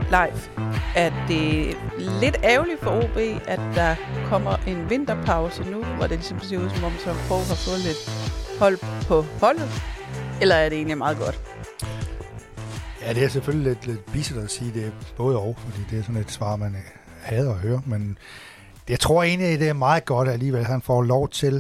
Leif, at det er lidt ærgerligt for OB, at der kommer en vinterpause nu, hvor det ligesom ser ud som om, så Krog har fået lidt hold på holdet, eller er det egentlig meget godt? Ja, det er selvfølgelig lidt bisset at sige, det er både og, fordi det er sådan et svar, man hader at høre, men jeg tror egentlig, det er meget godt alligevel, at han får lov til,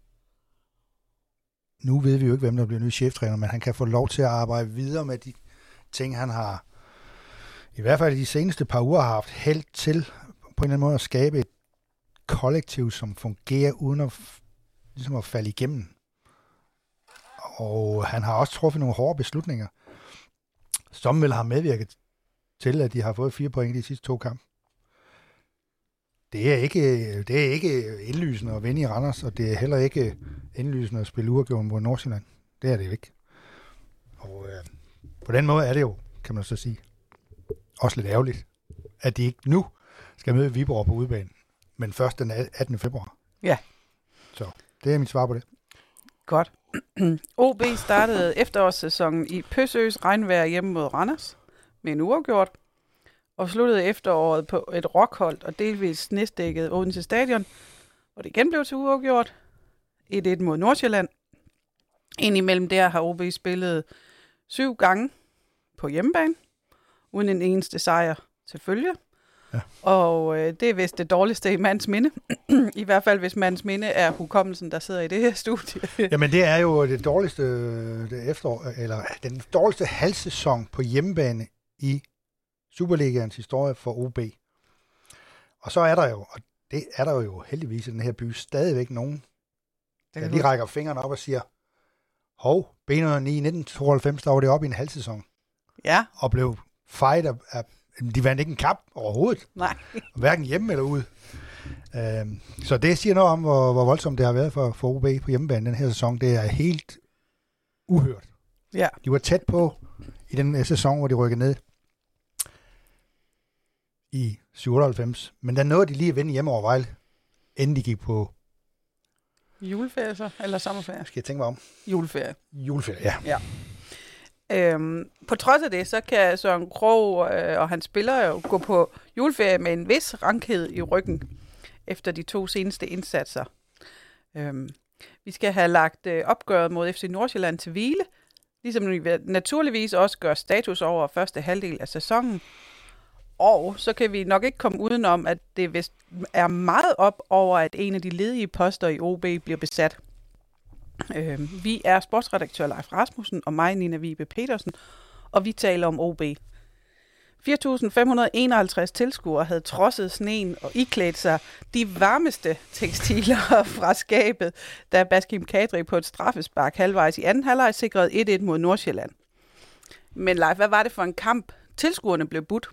nu ved vi jo ikke, hvem der bliver ny cheftræner, men han kan få lov til at arbejde videre med de ting, han har, i hvert fald de seneste par uger, har haft held til, på en eller anden måde at skabe et kollektiv, som fungerer uden at, ligesom at falde igennem. Og han har også truffet nogle hårde beslutninger, som vel har medvirket til, at de har fået 4 point i de sidste 2 kampe. Det er ikke indlysende at vinde i Randers, og det er heller ikke indlysende at spille uafgjort mod Nordsjælland. Det er det jo ikke. Og på den måde er det jo, kan man så sige, også lidt ærgerligt, at de ikke nu skal møde Viborg på udebane, men først den 18. februar. Ja. Så det er mit svar på det. Godt. OB startede efterårssæsonen i pøsøs regnvejr hjemme mod Randers med en uafgjort, og sluttede efteråret på et rockholdt og delvis snedstækket Odense Stadion, hvor det igen blev til uafgjort. 1-1 mod Nordsjælland. Indimellem der har OB spillet 7 gange på hjemmebane, uden en eneste sejr til følge. Ja. Og det er vist det dårligste i mands minde. I hvert fald, hvis mands minde er hukommelsen, der sidder i det her studie. Jamen, det er jo det dårligste eller den dårligste halvsæson på hjemmebane i Superligaens historie for OB. Og så er der jo, og det er der jo heldigvis i den her by, stadigvæk nogen, der lige rækker fingrene op og siger, hov, B909 i 1992, der var det op i en halvsæson. Ja. Og blev fejret af de vandt ikke en kamp overhovedet. Nej. Hverken hjemme eller ude. Så det siger noget om, hvor voldsomt det har været for OB på hjemmebane den her sæson. Det er helt uhørt. Ja. De var tæt på i den sæson, hvor de rykkede ned i 97. Men der nåede de lige at vinde hjemme over Vejle, inden de gik på juleferie så, eller sommerferie? Skal jeg tænke mig om? Juleferie. Juleferie, ja. På trods af det, så kan Søren Krog og hans spillere jo gå på juleferie med en vis rankhed i ryggen efter de 2 seneste indsatser. Vi skal have lagt opgøret mod FC Nordsjælland til hvile, ligesom vi naturligvis også gør status over første halvdel af sæsonen. Og så kan vi nok ikke komme udenom, at det vist er meget op over, at en af de ledige poster i OB bliver besat. Vi er sportsredaktør Leif Rasmussen og mig, Nina Vibe Petersen, og vi taler om OB. 4.551 tilskuere havde trodset sneen og iklædt sig de varmeste tekstiler fra skabet, da Baskim Kadri på et straffespark halvvejs i anden halvleg sikrede 1-1 mod Nordsjælland. Men Leif, hvad var det for en kamp? Tilskuerne blev budt.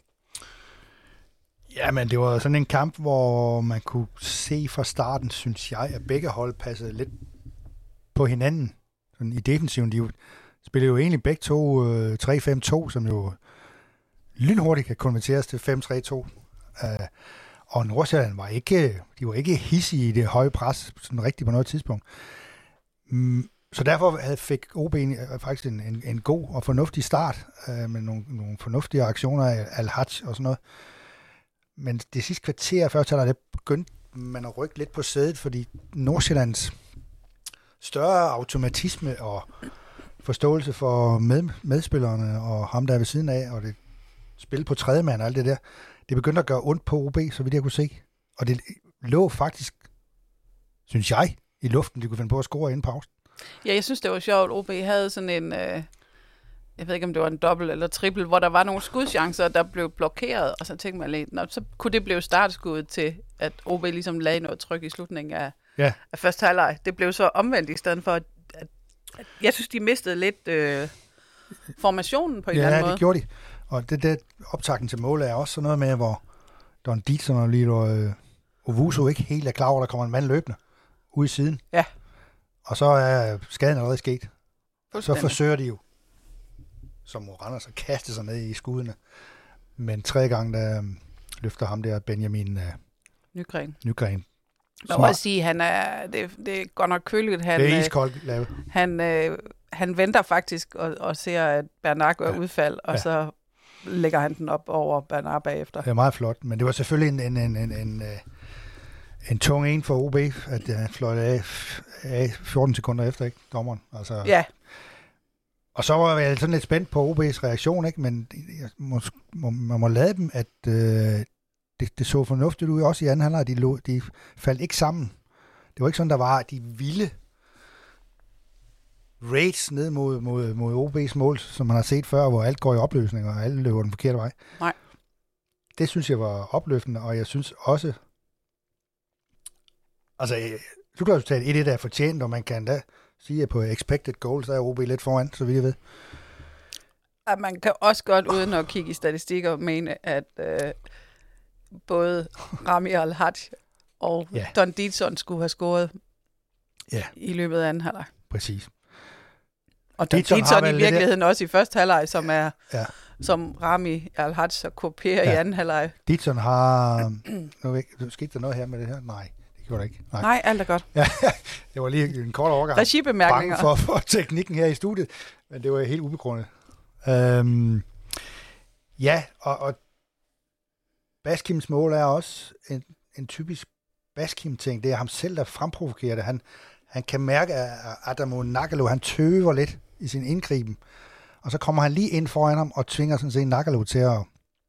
Jamen, det var sådan en kamp, hvor man kunne se fra starten, synes jeg, at begge hold passede lidt på hinanden. Sådan i defensiven, de spillede jo egentlig begge to 3-5-2, som jo lynhurtigt kan konverteres til 5-3-2. Og Nordsjælland var ikke hissige i det høje pres, sådan rigtigt på noget tidspunkt. Så derfor fik OB faktisk en god og fornuftig start, med nogle fornuftige aktioner af Al-Hajj og sådan noget. Men det sidste kvarter, først der begyndte man at rykke lidt på sædet, fordi Nordsjællands større automatisme og forståelse for medspillerne og ham, der er ved siden af, og det spil på tredje mand og alt det der, det begyndte at gøre ondt på OB, så vidt jeg kunne se. Og det lå faktisk, synes jeg, i luften, de kunne finde på at score inden pausen. Ja, jeg synes, det var sjovt. OB havde sådan en, jeg ved ikke, om det var en dobbelt eller trippel, hvor der var nogle skudchancer, der blev blokeret, og så tænkte man lidt, så kunne det blive startskuddet til, at OB ligesom lagde noget tryk i slutningen af første halvleg. Det blev så omvendt i stedet for, at jeg synes, de mistede lidt formationen på en eller anden måde. Ja, det gjorde de. Og det optakten til målet er også sådan noget med, hvor Don Dietzen og Lilo Owusu ikke helt er klar over, der kommer en mand løbende ude i siden. Ja. Og så er skaden allerede sket. Så forsøger de jo, som mod Randers, at kaste sig ned i skuddene. Men 3 gange, der løfter ham der Benjamin Nygren. Man må sige, det er godt nok køligt. Det er iskoldt lavet. Han venter faktisk og ser, at Bernard er udfald, og så lægger han den op over Bernard bagefter. Det er meget flot, men det var selvfølgelig en tung en for OB, at han fløjte af 14 sekunder efter, ikke, dommeren? Altså, ja. Og så var jeg sådan lidt spændt på OB's reaktion, ikke? Men man må lade dem, at det så fornuftigt ud også i anden halvleg. De faldt ikke sammen. Det var ikke sådan, der var de vilde raids ned mod OB's mål, som man har set før, hvor alt går i opløsning, og alle løber den forkerte vej. Nej. Det synes jeg var opløftende, og jeg synes også, altså, slutresultatet 1-1 er fortjent, og man kan da sige, at på expected goals, der er OB lidt foran, så vidt jeg ved. At man kan også godt, uden at kigge i statistikker, mene, at både Rami Al-Hadj og Don Dietzson skulle have scoret i løbet af anden halvleg. Præcis. Og Don Dietzson i virkeligheden også i første halvleg, som er som Rami Al-Hadj så kopierer i anden halvleg. Dietzson har... Nu skete der noget her med det her? Nej. Det gjorde det ikke. Nej, alt er godt. Ja, det var lige en kort overgang. Regibemærkninger. Bange for teknikken her i studiet, men det var helt ubegrundet. Og Baskims mål er også en typisk Baskim-ting. Det er ham selv, der fremprovokerer det. Han kan mærke, at Adamo Nagalo, han tøver lidt i sin indgriben, og så kommer han lige ind foran ham og tvinger sådan set Nagalo til at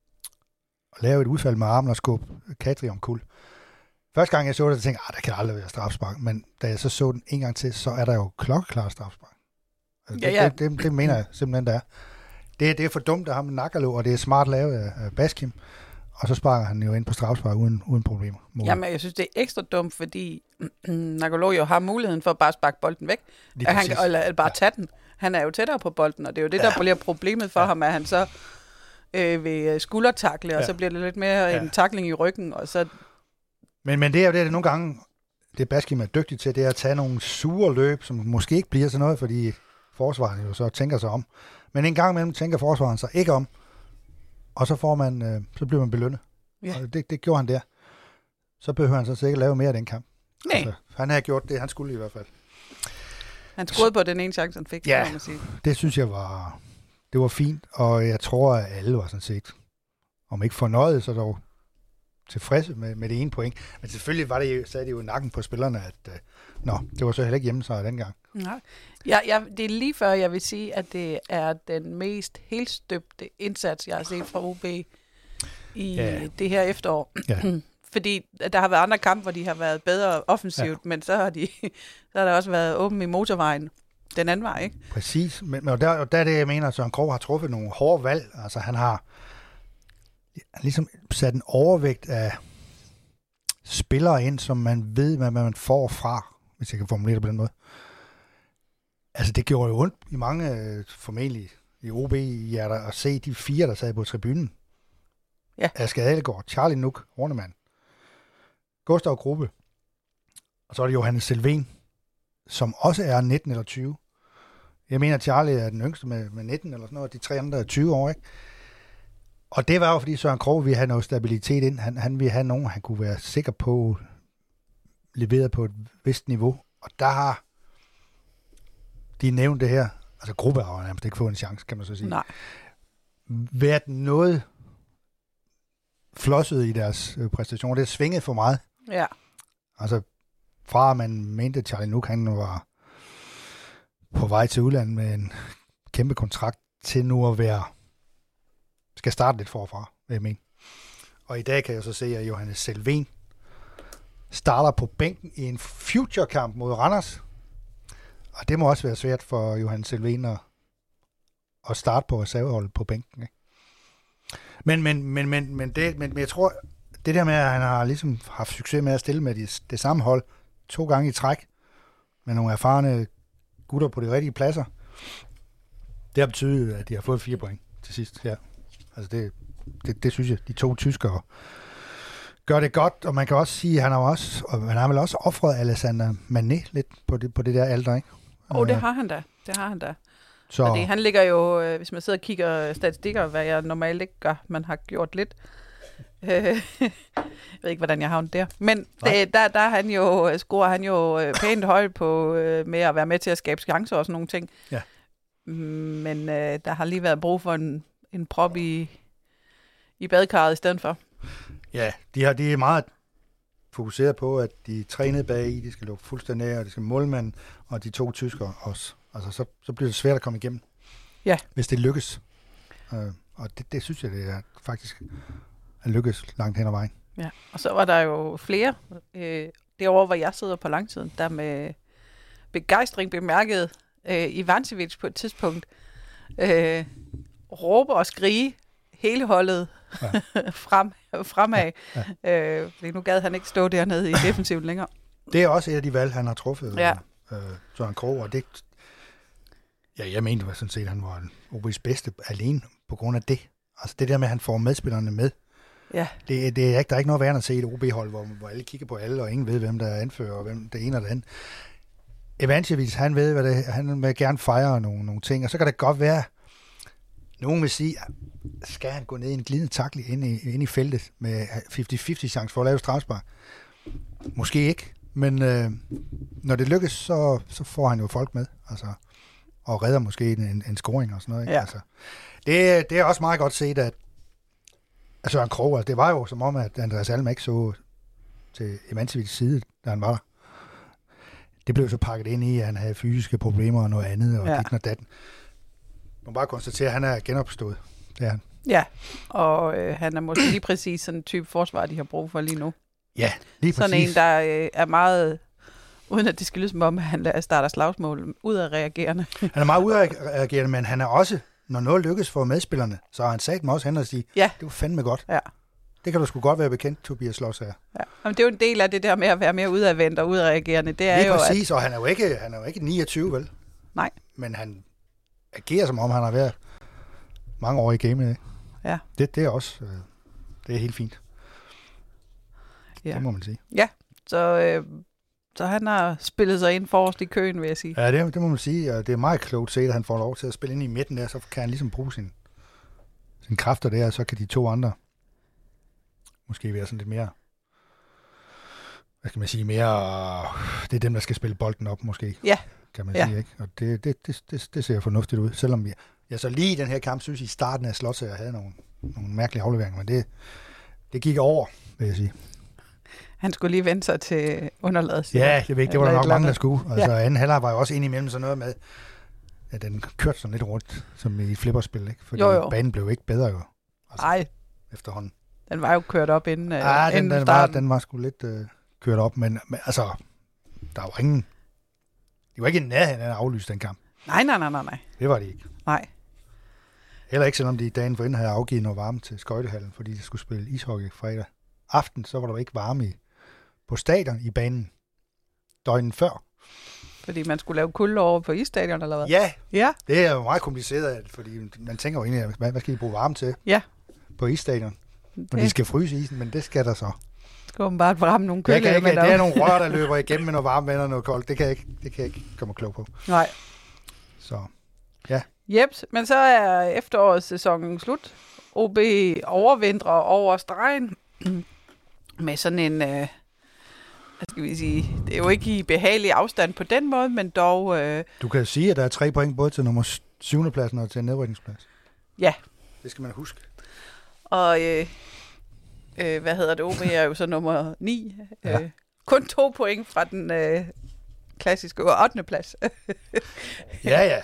lave et udfald med armen og skubbe Kadri omkuld. Første gang jeg så det, tænkte jeg, der kan aldrig være strafspark, men da jeg så den en gang til, så er der jo klokkeklar strafspark. Altså, det mener jeg simpelthen, der er. Det er for dumt af ham med Nagalo, og det er smart lavet af Baskim, og så sparker han jo ind på strafspark uden problemer. Jamen, jeg synes, det er ekstra dumt, fordi Nagalo jo har muligheden for at bare sparke bolden væk, eller bare tage den. Han er jo tættere på bolden, og det er jo det, der bliver problemet for ham, at han så vil skuldertakle, og så bliver det lidt mere en takling i ryggen, og så... Men det er jo det nogle gange, det Baskim er dygtig til, det er at tage nogle sure løb, som måske ikke bliver sådan noget, fordi forsvaren jo så tænker sig om. Men en gang imellem tænker forsvaren sig ikke om, og så så bliver man belønnet. Ja. Og det gjorde han der. Så behøver han så sikkert lave mere af den kamp. Nej. Altså, han havde gjort det, han skulle i hvert fald. Han scorede på den ene chance, han fik. Ja, det synes jeg var fint, og jeg tror, at alle var sådan set, om ikke fornøjet, så dog tilfredse med det ene point. Men selvfølgelig sad det jo nakken på spillerne, at det var så heller ikke hjemmesejr dengang. Nej. Ja, det er lige før, jeg vil sige, at det er den mest helstøbte indsats, jeg har set fra OB i det her efterår. Ja. Fordi der har været andre kampe, hvor de har været bedre offensivt, men så har der også været åben i motorvejen den anden vej, ikke? Præcis, og der er det, jeg mener, at Søren Krogh har truffet nogle hårde valg. Altså han har ligesom sat en overvægt af spillere ind, som man ved, hvad man får fra, hvis jeg kan formulere det på den måde. Altså det gjorde jo ondt i mange, formentlig i OB-hjerter, at se de 4, der sad på tribunen. Ja. Asger Adelgaard, Charlie Nuk, Hornemann, Gustav Grubbe, og så er det Johannes Selvén, som også er 19 eller 20. Jeg mener, Charlie er den yngste med 19 eller sådan noget, og de 3 andre er 20 år, ikke? Og det var jo, fordi Søren Krogh ville have noget stabilitet ind. Han ville have nogen, han kunne være sikker på, leveret på et vist niveau. Og der har de nævnt det her, altså Grubbe har nærmest ikke fået en chance, kan man så sige. Nej. Været noget flosset i deres præstation. Det er svinget for meget. Ja. Altså, fra man mente, at Charlie Nuk, han var på vej til udlandet med en kæmpe kontrakt, til nu at skal starte lidt forfra, vil jeg mene. Og i dag kan jeg så se, at Johannes Selvén starter på bænken i en future-kamp mod Randers. Og det må også være svært for Johannes Selvén at starte på reserveholdet på bænken, ikke? Men jeg tror, det der med, at han har ligesom haft succes med at stille med det samme hold 2 gange i træk, med nogle erfarne gutter på de rigtige pladser, det har betydet, at de har fået 4 point til sidst. Ja. Altså det synes jeg, de 2 tyskere gør det godt, og man kan også sige, at han har vel også offret Alexander Mané lidt på det der alder, ikke? Det har han da. Det har han da. Så. Fordi han ligger jo, hvis man sidder og kigger statistikker, hvad jeg normalt ikke gør, man har gjort lidt. Jeg ved ikke, hvordan jeg havnet der. Men der scorer han jo pænt højt på med at være med til at skabe chancer og sådan nogle ting. Ja. Men der har lige været brug for en prop i i badekarret i stedet for. Ja, de er meget fokuseret på, at de trænede bag i, de skal lukke fuldstændig af, og de skal målmand, og de 2 tyskere også. Altså, så bliver det svært at komme igennem, hvis det lykkes. Og det synes jeg, det er faktisk at lykkes langt hen ad vejen. Ja, og så var der jo flere derovre, hvor jeg sidder på langsiden, der med begejstring bemærkede Ivanovic på et tidspunkt råbe og skrige hele holdet fremad. Fordi nu gad han ikke stå dernede i defensiven længere. Det er også et af de valg, han har truffet, Søren Krogh, og det... Ja, jeg mente sådan set, at han var OB's bedste alene på grund af det. Altså det der med, at han får medspillerne med. Ja. Der er ikke noget værd at se et OB-hold, hvor alle kigger på alle, og ingen ved, hvem der er anfører, og hvem det ene eller det andet. Ivanovic, han ved, hvad det er. Han vil gerne fejre nogle ting, og så kan det godt være, nogen vil sige, skal han gå ned i en glidende tackle ind i feltet med 50-50 chance for at lave strafspark? Måske ikke, men når det lykkes, så får han jo folk med, altså, og redder måske en scoring og sådan noget. Ikke? Ja. Altså, det er også meget godt set, at Søren Krogh, det var jo som om, at Andreas Alm ikke så til Ivanovics side, da han var der. Det blev så pakket ind i, at han havde fysiske problemer og noget andet, og dit og datten. Man bare konstatere, at han er genopstået. Det er han. Ja, og han er måske lige præcis sådan en type forsvar, de har brug for lige nu. Ja, lige præcis. Sådan en, der er meget, uden at det skal lyde som om, at han starter slagsmål, udadreagerende. Han er meget udadreagerende, men han er også, når noget lykkes for medspillerne, så har han sagt mig også hen og sige, det var fandme godt. Ja. Det kan du sgu godt være bekendt, Tobias Schloss her. Ja. Jamen, det er jo en del af det der med at være mere udadvendt og udadreagerende. Det er lige jo, præcis, og han er jo ikke 29, vel? Nej. Men han agerer, som om han har været mange år i gamet. Ja. Det er også, det er helt fint. Ja. Det må man sige. Ja, så han har spillet sig ind forrest i køen, vil jeg sige. Ja, det må man sige, og det er meget klogt set, at han får lov til at spille ind i midten der, så kan han ligesom bruge sin kræfter der, og så kan de 2 andre måske være sådan lidt mere, hvad skal man sige, mere, det er dem, der skal spille bolden op måske, kan man sige, ikke? Og det ser fornuftigt ud, selvom jeg så lige i den her kamp, synes i starten af Slotts, jeg havde nogle mærkelige afleveringer, men det gik over, vil jeg sige. Han skulle lige vende sig til underlaget. Ja, det var der nok mange, der skulle. Altså anden halvleg var jo også indimellem sådan noget med, at den kørte sådan lidt rundt, som i et flipperspil, ikke? Fordi banen blev ikke bedre jo. Nej. Efterhånden. Den var jo kørt op inden den var sgu lidt kørt op, men altså, der var ingen... De var ikke i nærheden af at aflyse den kamp. Nej. Det var de ikke. Nej. Heller ikke, selvom de dagen forinden havde afgivet noget varme til skøjtehallen, fordi de skulle spille ishockey fredag aften, så var der ikke varme på stadion i banen døgnen før. Fordi man skulle lave kulde over på isstadion, eller hvad? Ja. Det er jo meget kompliceret, fordi man tænker jo egentlig, hvad skal de bruge varme til på isstadion? Når de skal fryse isen, men det skal der så. Skal man bare varme nogle køle. Det er nogle rør, der løber igennem med noget varmt vand og noget koldt. Det kan jeg ikke komme klog på. Nej. Så, ja. Jeps, men så er efterårssæsonen slut. OB overvintrer over stregen med sådan en, hvad skal vi sige, det er jo ikke i behagelig afstand på den måde, men dog... Du kan sige, at der er 3 point både til nummer 7. pladsen og til nedrykningsplads. Ja. Det skal man huske. Og OB er jo så nummer 9. Ja. Kun 2 point fra den klassiske 8. plads. Ja.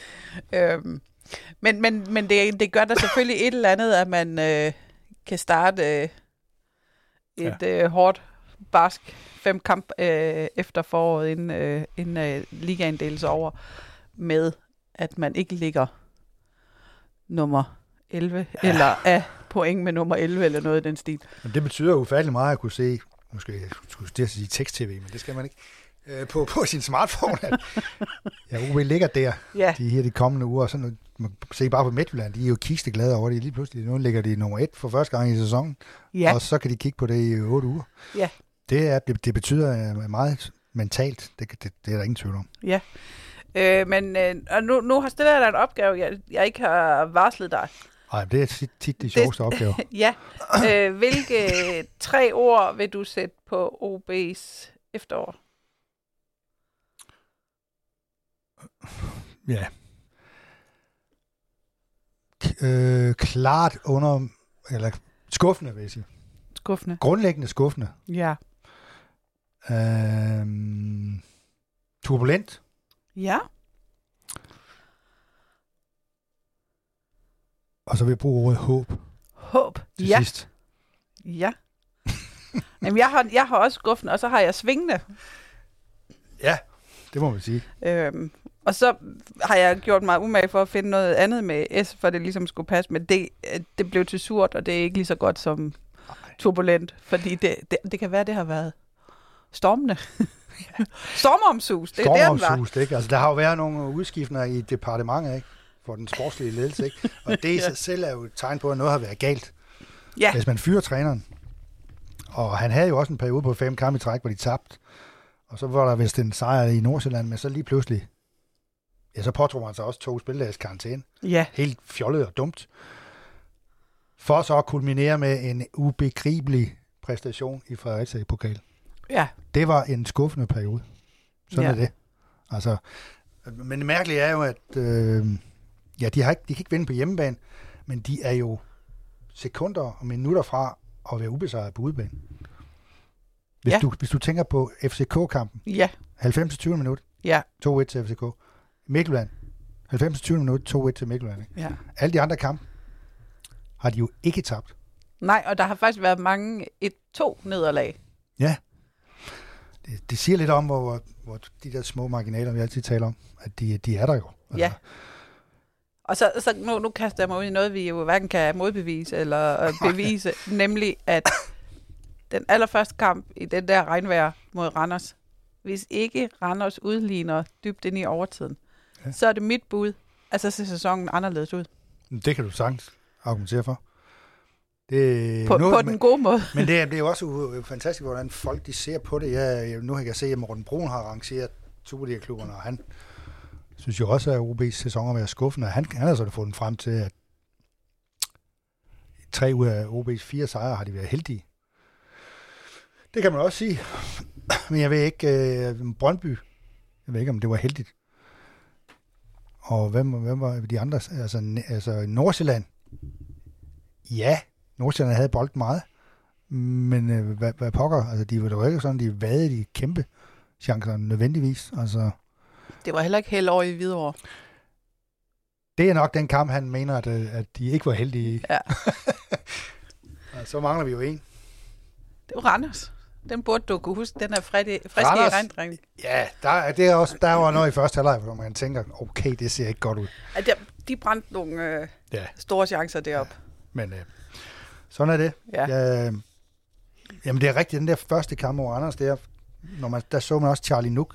Men det gør der selvfølgelig et eller andet, at man kan starte et hårdt, barsk 5 kamp efter foråret, inden ligaen deles over, med at man ikke ligger nummer 11, eller er point med nummer 11, eller noget i den stil. Men det betyder jo ufattelig meget at kunne se, måske jeg skulle sige tekst-tv, men det skal man ikke, på sin smartphone, at OB ligger der de kommende uger, og sådan man se bare på Midtjylland, de er jo kisteglade over det, lige pludselig, nu ligger de nummer 1 for første gang i sæsonen, og så kan de kigge på det i 8 uger. Ja. Det betyder meget mentalt, det er der ingen tvivl om. Ja, men nu har stillet dig en opgave, jeg ikke har varslet dig. Nej, det er tit de sjoveste opgaver. Ja. Hvilke 3 ord vil du sætte på OB's efterår? Ja. Klart under eller skuffende, vil jeg sige. Skuffende. Grundlæggende skuffende. Ja. Turbulent. Ja. Og så vil jeg bruge ordet håb Håb. til Ja. sidst. Ja. Jamen, jeg har også skuffende, og så har jeg svingende. Ja, det må man sige. Og så har jeg gjort mig umage for at finde noget andet med S, for det ligesom skulle passe, men det blev til surt, og det er ikke lige så godt som turbulent, fordi det kan være, det har været stormende. Stormomsus, det er det, den var. Stormomsus, ikke? Altså, der har jo været nogle udskiftninger i departementet, ikke? For den sportslige ledelse, ikke? Og det i sig selv er jo et tegn på, at noget har været galt. Ja. Hvis man fyrer træneren. Og han havde jo også en periode på 5 kampe i træk, hvor de tabte. Og så var der vist en sejr i Nordsjælland, men så lige pludselig, ja, så påtog man sig også 2 spilledages karantæne. Ja. Helt fjollet og dumt. For så at kulminere med en ubegribelig præstation i Fredericia i pokal. Ja. Det var en skuffende periode. Sådan er det. Altså, men det mærkelige er jo, at de kan ikke vinde på hjemmebane, men de er jo sekunder og minutter fra at være ubesejret på udebane. Hvis du tænker på FCK-kampen. Ja. 90-20 minut. Ja. 2-1 til FCK. Midtjylland. 90-20 minut. 2-1 til Midtjylland. Ja. Alle de andre kampe har de jo ikke tabt. Nej, og der har faktisk været mange 1-2 nederlag. Ja. Det siger lidt om, hvor de der små marginaler, vi altid taler om, at de er der jo. Altså. Ja. Og så nu kaster jeg mig ud i noget, vi jo hverken kan modbevise eller bevise, nemlig at den allerførste kamp i den der regnvejr mod Randers, hvis ikke Randers udligner dybt ind i overtiden, så er det mit bud, altså ser sæsonen anderledes ud. Det kan du sagtens argumentere for. På den gode måde. Men det er jo også fantastisk, hvordan folk de ser på det. Nu kan jeg se, at Morten Brun har arrangeret Superliga-klubberne, og han synes jo også, at OB's sæson har været skuffende. Han har så fundet frem til, at 3 ud af OB's 4 sejre har de været heldige. Det kan man også sige. Men jeg ved ikke, Brøndby, jeg ved ikke, om det var heldigt. Og hvem var de andre? Altså Nordsjælland. Ja, Nordsjælland havde bolden meget. Men hvad pokker? Altså, de var jo ikke sådan, de vadede de kæmpe chancer nødvendigvis. Altså, det var heller ikke held over i Hvidovre. Det er nok den kamp, han mener, at de ikke var heldige i. Ja. Så mangler vi jo en. Det var Randers. Den burde du kunne huske. Den er friske i regndreng. Ja, der var noget i første halvleg, hvor man tænker, okay, det ser ikke godt ud. De brændte nogle store chancer deroppe. Ja. Men sådan er det. Ja. Jamen, det er rigtigt. Den der første kamp over Anders, der så man også Charlie Nuk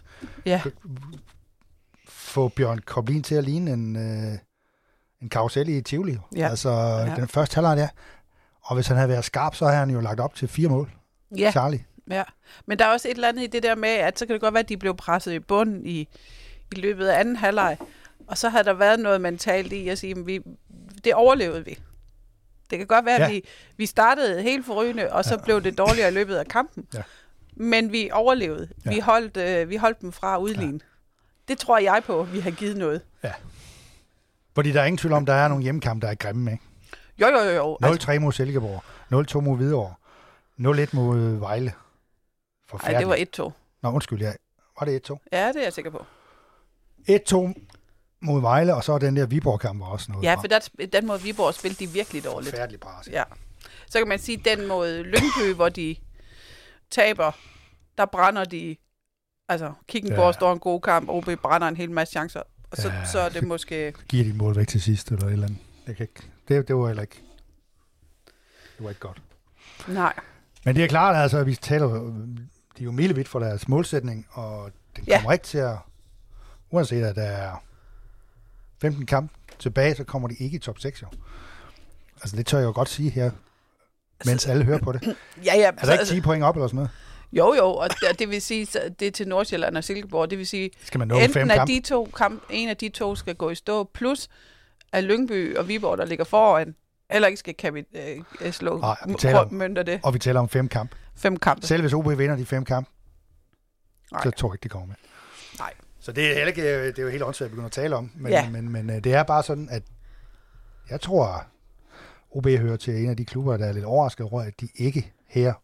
få Bjørn Koblin til at ligne en karusel i Tivoli. Ja. Altså, den første halvleg der. Og hvis han havde været skarp, så havde han jo lagt op til 4 mål. Ja. Charlie. Ja, men der er også et eller andet i det der med, at så kan det godt være, at de blev presset i bunden i løbet af anden halvleg. Og så havde der været noget mentalt i at sige, at det overlevede vi. Det kan godt være, at vi startede helt forrygende, og så blev det dårligere i løbet af kampen. Ja. Men vi overlevede. Ja. Vi holdt dem fra at udligne. Ja. Det tror jeg på, vi har givet noget. Ja. Fordi der er ingen tvivl om, der er nogle hjemmekampe, der er grimme, ikke? Jo. 0-3 mod Silkeborg, 0-2 mod Hvidovre, 0-1 mod Vejle. Nej, det var 1-2. Nå, undskyld, var det 1-2? Ja, det er jeg sikker på. 1-2 mod Vejle, og så er den der Viborg-kamp også noget. Ja, for den mod Viborg spillede de virkelig dårligt. Færdig bras. Ja. Så kan man sige, den mod Lyngby, hvor de taber, der brænder de, altså Kickenborg står en god kamp, OB brænder en hel masse chancer, og så er det måske... Giver de mål væk til sidst, eller et eller andet. Det var heller ikke... Det var ikke godt. Nej. Men det er klart, altså, at vi taler... De er jo milevidt for deres målsætning, og den kommer ikke til at... Uanset at der er 15 kamp tilbage, så kommer de ikke i top 6, jo. Altså, det tør jeg jo godt sige her, mens alle hører på det. Ja. Er der ikke 10 point op eller sådan noget? Jo, og det vil sige, det er til Nordsjælland og Silkeborg. Det vil sige, skal man nå enten af de to en af de to skal gå i stå, plus at Lyngby og Viborg, der ligger foran, eller ikke skal slå mønter det. Og vi taler om 5 kamp. 5 kampe. Selv hvis OB vinder de 5 kamp, så tror jeg ikke, de kommer med. Nej. Så det er jo helt åndssvagt at begynde at tale om. Men det er bare sådan, at jeg tror, OB hører til en af de klubber, der er lidt overrasket over, at de ikke her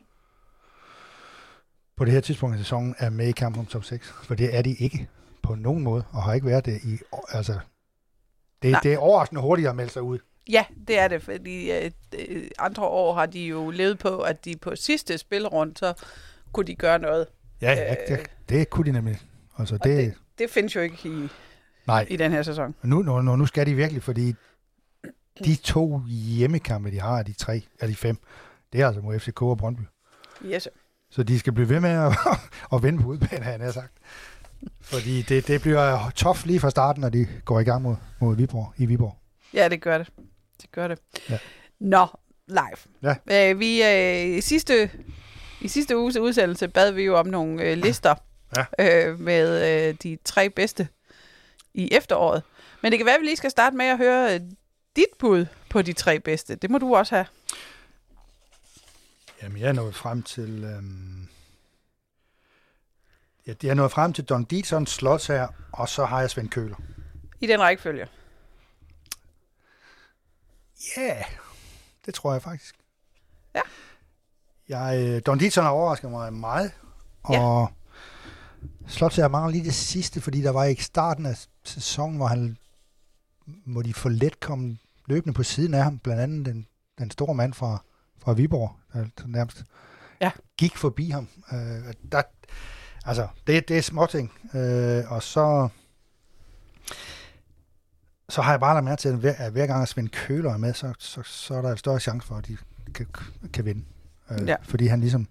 på det her tidspunkt i sæsonen er med i kampen om top 6. For det er de ikke på nogen måde, og har ikke været det i... Altså, det er overraskende hurtigt at melde sig ud. Ja, det er det, fordi andre år har de jo levet på, at de på sidste spilrunde, så kunne de gøre noget. Ja, det kunne de nemlig. Altså, det findes jo ikke i den her sæson. Nu skal de virkelig, fordi de 2 hjemmekampe, de har, af de 5, det er altså mod FCK og Brøndby. Yes. Så de skal blive ved med at vinde på udbanen, har jeg sagt. Fordi det bliver tough lige fra starten, når de går i gang mod Viborg. Ja, det gør det. Ja. Nå, live. Ja. Vi i sidste uges udsendelse bad vi jo om nogle lister med de 3 bedste i efteråret. Men det kan være, at vi lige skal starte med at høre dit bud på de 3 bedste. Det må du også have. Jamen, jeg er nået frem til... Jeg er nået frem til Don Dietzson, Slotsherr, og så har jeg Svend Køhler. I den rækkefølge? Ja, det tror jeg faktisk. Ja. Don Dietzson har overrasket mig meget, og Slotsherr mangler lige det sidste, fordi der var ikke starten af sæsonen, hvor de for let kom løbende på siden af ham, blandt andet den store mand fra Viborg, der nærmest gik forbi ham. Det er småting. Og så har jeg bare lagt mærke til, at hver gang Svend Køhler er med, så er der en større chance for, at de kan vinde. Fordi han ligesom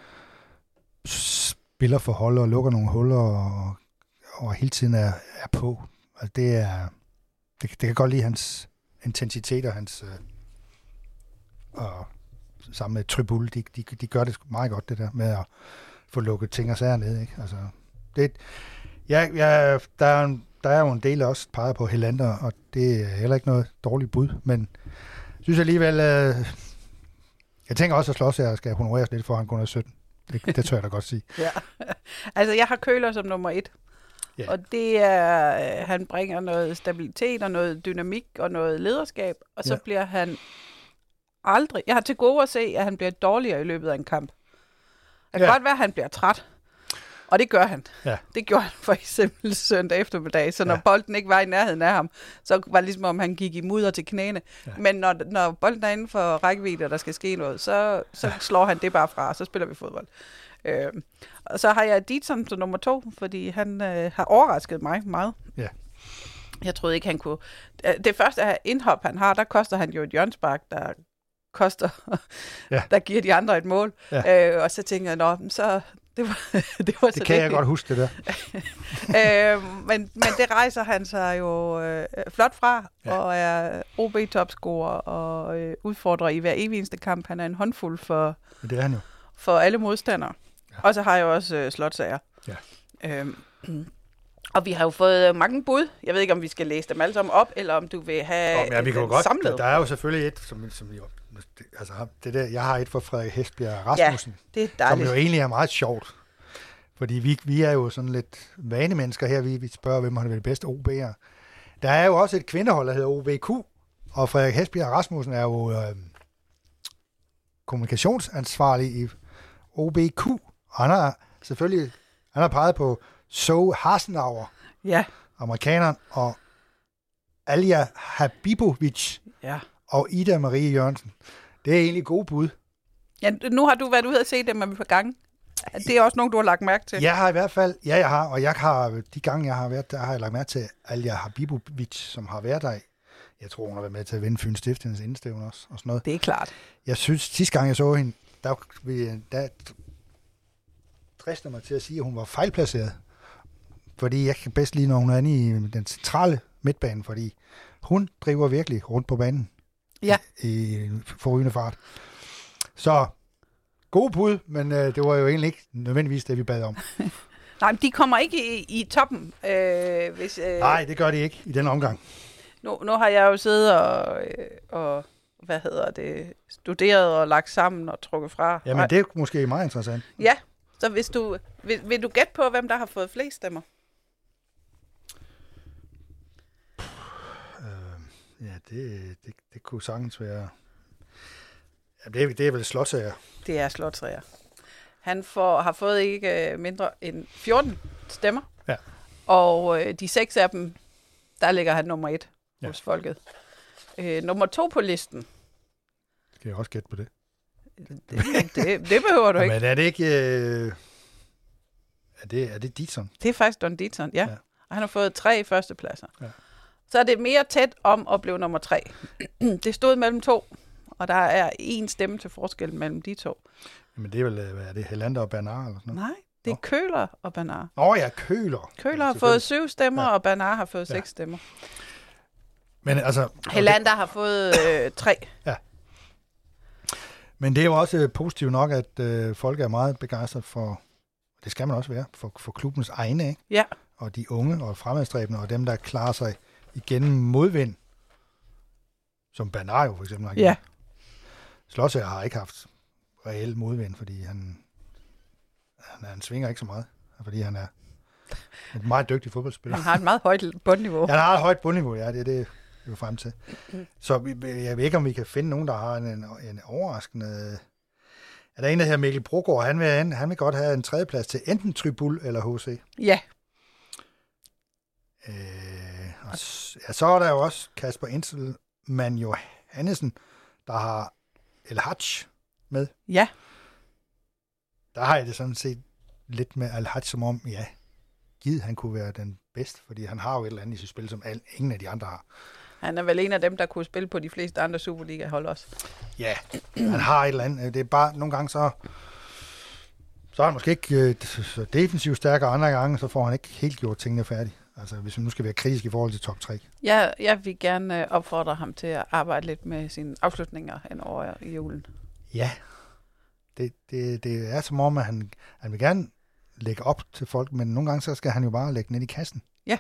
spiller for hold og lukker nogle huller og hele tiden er på. Altså det kan godt lide hans intensitet og hans og sammen med Tribul, de gør det meget godt, det der med at få lukket ting og sager ned, ikke? Altså, der er jo en del også peget på Helander, og det er heller ikke noget dårligt bud, men jeg synes alligevel, jeg tænker også, at Slotsherr skal honoreres lidt, for han kun er 17. Det tør jeg da godt sige. Ja. Altså, jeg har Køhler som nummer 1. Yeah. Og det er, han bringer noget stabilitet og noget dynamik og noget lederskab, og så bliver han aldrig... Jeg har til gode at se, at han bliver dårligere i løbet af en kamp. Det kan godt være, at han bliver træt. Og det gør han. Ja. Det gjorde han for eksempel søndag eftermiddag. Så når bolden ikke var i nærheden af ham, så var det ligesom, om han gik i mudder til knæene. Ja. Men når bolden er inden for rækkevidde, og der skal ske noget, så slår han det bare fra, og så spiller vi fodbold. Og så har jeg Dietzson som nummer 2, fordi han har overrasket mig meget. Ja. Jeg troede ikke, han kunne... Det første indhop, han har, der koster han jo et hjørnespark, der der giver de andre et mål. Ja. Og så tænker jeg, så... Det var det kan jeg godt huske, det der. Men det rejser han sig jo flot fra, og er OB-topscorer og udfordrer i hver eneste kamp. Han er en håndfuld det er han jo. For alle modstandere. Ja. Og så har jeg også Slotsherr. Ja. Og vi har jo fået mange bud. Jeg ved ikke, om vi skal læse dem alle sammen op, eller om du vil have vi kan godt samlet. Der er jo selvfølgelig et, som altså det der, jeg har et for Frederik Hesbjerg Rasmussen, det er som jo egentlig er meget sjovt. Fordi vi er jo sådan lidt vanemennesker her, vi spørger, hvem har det været bedste OB'er. Der er jo også et kvindehold, der hedder OBQ, og Frederik Hesbjerg Rasmussen er jo kommunikationsansvarlig i OBQ. Og han har peget på Zoe Hasenauer, amerikaneren, og Alja Habibovic og Ida Marie Jørgensen. Det er egentlig gode bud. Ja, nu har du været ude at se dem et par gange. Det er også nogen, du har lagt mærke til. Jeg har i hvert fald, jeg har, og jeg har, de gange jeg har været der, har jeg lagt mærke til Alja Habibovic, som har været der. Jeg tror, hun har været med til at vinde Fyns Stiftelses indstævne også, og sådan noget. Det er klart. Jeg synes, sidste gang jeg så hende, der drister mig til at sige, at hun var fejlplaceret. Fordi jeg kan bedst lide, når hun er inde i den centrale midtbane, fordi hun driver virkelig rundt på banen i forrygende fart. Så god bud, men det var jo egentlig ikke nødvendigvis det, vi bad om. Nej, men de kommer ikke i toppen. Nej, det gør de ikke i den omgang. Nu har jeg jo siddet og studeret og lagt sammen og trukket fra. Jamen, det er måske meget interessant. Ja, så vil du gætte på, hvem der har fået flest stemmer? Ja, det kunne sagtens være... Ja, det er vel Slotsager. Det er Slotsager. Han har fået ikke mindre end 14 stemmer. Ja. Og de 6 af dem, der ligger han nummer 1 hos folket. Nummer 2 på listen. Skal jeg også gætte på det? Det behøver du ikke. Men er det ikke... Er det Dietzson? Det er faktisk Don Dietzson, ja. Og han har fået 3 førstepladser. Ja. Så er det mere tæt om at blive nummer 3. Det stod mellem 2, og der er 1 stemme til forskel mellem de 2. Men det er vel, hvad er det, Helander og Bernard eller sådan noget? Nej, det er Køhler og Bernard. Ja, Køhler. Køhler har fået 7 stemmer, og Bernard har fået 6 stemmer. Men altså... Helander har fået 3. Ja. Men det er jo også positivt nok, at folk er meget begejstret for, det skal man også være, for klubbens egne, ikke? Ja. Og de unge og fremadstræbende, og dem, der klarer sig igennem modvind, som Bernard jo for eksempel har gjort. Ja. Slotsager har ikke haft reel modvind, fordi han svinger ikke så meget, fordi han er en meget dygtig fodboldspiller. Han har et meget højt bundniveau. Han har et højt bundniveau, ja, det er jo frem til. Så jeg ved ikke, om vi kan finde nogen, der har en overraskende... Er der en, der her Mikkel Brogaard, han vil godt have en 3. plads til enten Tribul eller HC. Ja. Så er der jo også Kasper Inselmann Johannesen, der har El Hadj med. Ja. Der har jeg det sådan set lidt med El Hadj som om, ja, givet han kunne være den bedste, fordi han har jo et eller andet i sit spil, som ingen af de andre har. Han er vel en af dem, der kunne spille på de fleste andre Superliga-hold også. Ja, han har et eller andet. Det er bare nogle gange så er han måske ikke så defensivt stærk, og andre gange så får han ikke helt gjort tingene færdige. Altså hvis vi nu skal være kritisk i forhold til top 3. Jeg vil gerne opfordre ham til at arbejde lidt med sine afslutninger hen over i julen. Ja, det er som om, at han vil gerne lægge op til folk, men nogle gange så skal han jo bare lægge ned i kassen. Ja.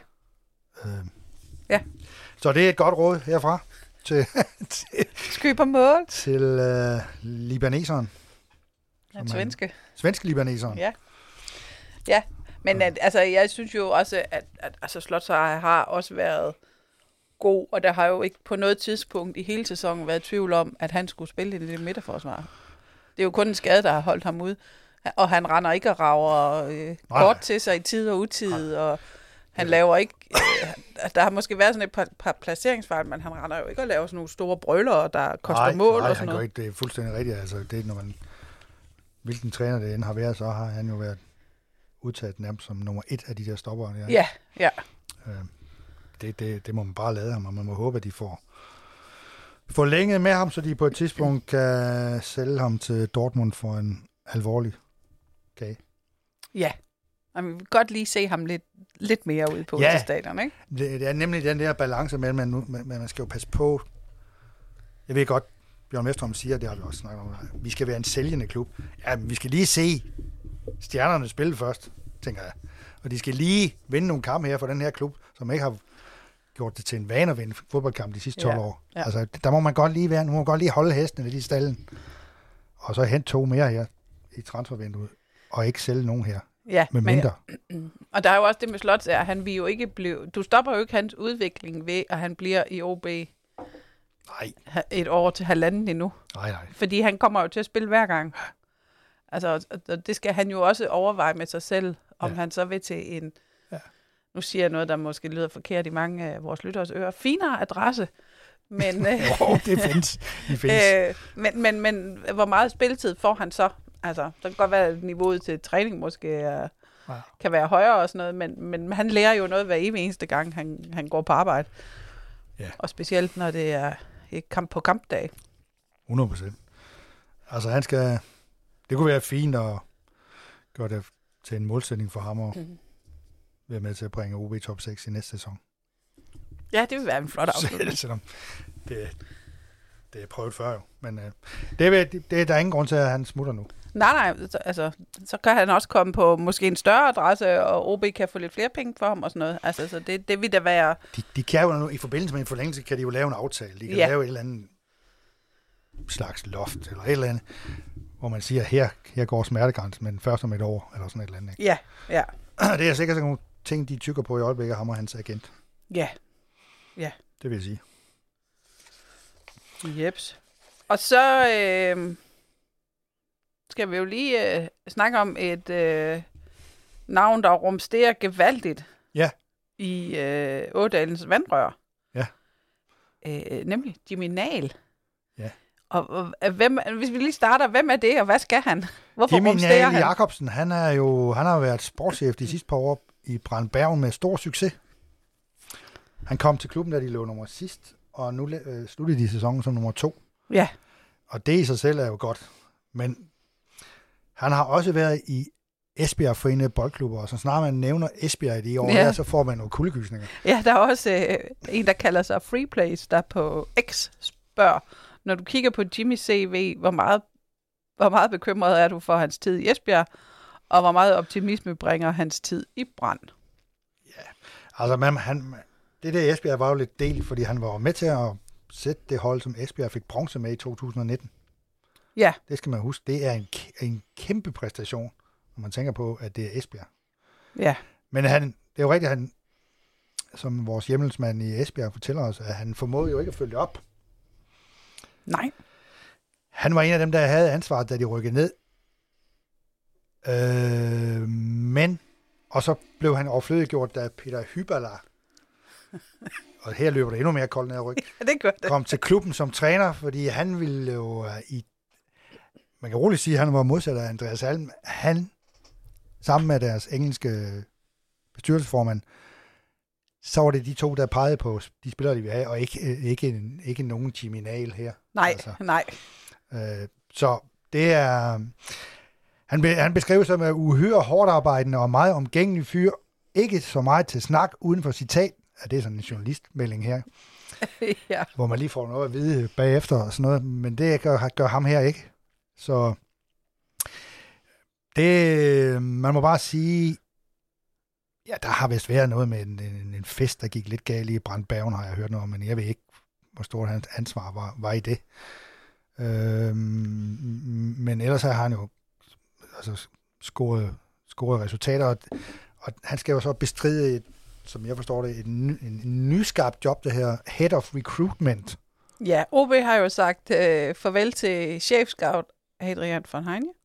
Ja. Så det er et godt råd herfra til Sky på mål. Til libaneseren. Den svenske. Svenske libaneseren. Ja. Ja, men jeg synes jo også, at Slotsager har også været god, og der har jo ikke på noget tidspunkt i hele sæsonen været tvivl om, at han skulle spille i det midterforsvar. Det er jo kun en skade, der har holdt ham ude. Og han render ikke og rager kort til sig i tid og utid, og han laver ikke... der har måske været sådan et par placeringsfejl, men han render jo ikke og laver sådan nogle store brøller, der koster mål og sådan noget. Ikke. Det er fuldstændig rigtigt. Altså, det er, når man... Hvilken træner det end har været, så har han jo været udtaget nærmest som nummer 1 af de der stoppere. Der. Ja. Det må man bare lade ham, og man må håbe, at de får forlænget med ham, så de på et tidspunkt kan sælge ham til Dortmund for en alvorlig kage. Ja. Og vi vil godt lige se ham lidt mere ude på stadion, ikke? Det er nemlig den der balance mellem, men man skal jo passe på. Jeg ved godt, Bjørn Vestrøm siger, det har vi også snakket om, vi skal være en sælgende klub. Ja, men vi skal lige se stjernerne spille først, tænker jeg. Og de skal lige vinde nogle kampe her for den her klub, som ikke har gjort det til en vane at vinde fodboldkamp de sidste 12 år. Ja. Altså, der må man godt lige være, nu må man godt lige holde hestene lidt i stallen. Og så hente 2 mere her i transfervinduet, og ikke sælge nogen her. Ja, med mindre. Og der er jo også det med Slotsager, han vil jo ikke blive... Du stopper jo ikke hans udvikling ved, at han bliver i OB et år til 1,5 endnu. Nej. Fordi han kommer jo til at spille hver gang. Altså, det skal han jo også overveje med sig selv, om han så vil til en... Ja. Nu siger jeg noget, der måske lyder forkert i mange af vores lytteres ører. Finere adresse. Men, det findes. Men hvor meget spilletid får han så? Altså, der kan godt være, at niveauet til træning måske kan være højere og sådan noget, men han lærer jo noget hver eneste gang, han går på arbejde. Ja. Og specielt, når det er et kamp på kampdag. 100%. Altså, det kunne være fint at gøre det til en målsætning for ham og være med til at bringe OB top 6 i næste sæson. Ja, det vil være en flot afslutning. Selvom det er prøvet før jo. Men det er der ingen grund til, at han smutter nu. Nej, altså, så kan han også komme på måske en større adresse, og OB kan få lidt flere penge for ham og sådan noget. Altså, så det vil da være... De kan jo, i forbindelse med en forlængelse, kan de jo lave en aftale. De kan lave et eller andet slags loft, eller et eller andet, hvor man siger, her går smertegrænsen, men først om et år, eller sådan et eller andet. Ikke? Ja. Det er sikkert sådan nogle ting, de tykker på i øjeblikket, ham og hans agent. Ja. Det vil jeg sige. Jeps. Og så skal vi jo lige snakke om et navn, der rumsterer gevaldigt i Ådalens vandrør. Ja. Nemlig Jimmy Nahl. Ja. Og hvis vi lige starter, hvem er det, og hvad skal han? Hvorfor Jimmy rumsterer Nahl han? Jacobsen, han har været sportschef de sidste par år i Brandbergen med stor succes. Han kom til klubben, da de lå nummer sidst, og nu sluttede de sæsonen som nummer 2. Ja. Og det i sig selv er jo godt. Men han har også været i Esbjerg Forenede Boldklubber, og så snart man nævner Esbjerg i de år, der, så får man nogle kuldegysninger. Ja, der er også en, der kalder sig Freeplace, der på X spørger, når du kigger på Jimmy CV, hvor meget bekymret er du for hans tid i Esbjerg, og hvor meget optimisme bringer hans tid i Brand? Ja, altså det der Esbjerg var jo lidt delt, fordi han var med til at sætte det hold, som Esbjerg fik bronze med i 2019. Ja. Det skal man huske. Det er en kæmpe præstation, når man tænker på, at det er Esbjerg. Ja. Men det er jo rigtigt, han, som vores hjemmelsmand i Esbjerg fortæller os, at han formåede jo ikke at følge det op. Nej. Han var en af dem, der havde ansvaret, da de rykkede ned. Og så blev han overflødiggjort, da Peter Hybala, og her løber det endnu mere koldt ned ad ryg, det gør det. Kom til klubben som træner, fordi han ville jo man kan roligt sige, at han var modsat af Andreas Halm. Han, sammen med deres engelske bestyrelsesformand, så var det de to, der pegede på de spillere, de ville have, og ikke nogen Jimmy Nahl her. Nej. Så det er... Han beskrev sig med uhyre hårdt arbejdende og meget omgængelig fyr. Ikke så meget til snak uden for citat. Ja, det er sådan en journalistmelding her. Ja. Hvor man lige får noget at vide bagefter og sådan noget. Men det gør ham her ikke. Så det... Man må bare sige... Ja, der har vist været noget med en fest, der gik lidt galt i Brandbergen, har jeg hørt noget om. Men jeg ved ikke, hvor stort hans ansvar var i det. Men ellers har han jo scoret resultater, og han skal jo så bestride, som jeg forstår det, en nyskabt job, det her Head of Recruitment. Ja, OB har jo sagt farvel til chefscout Adrian von Heine.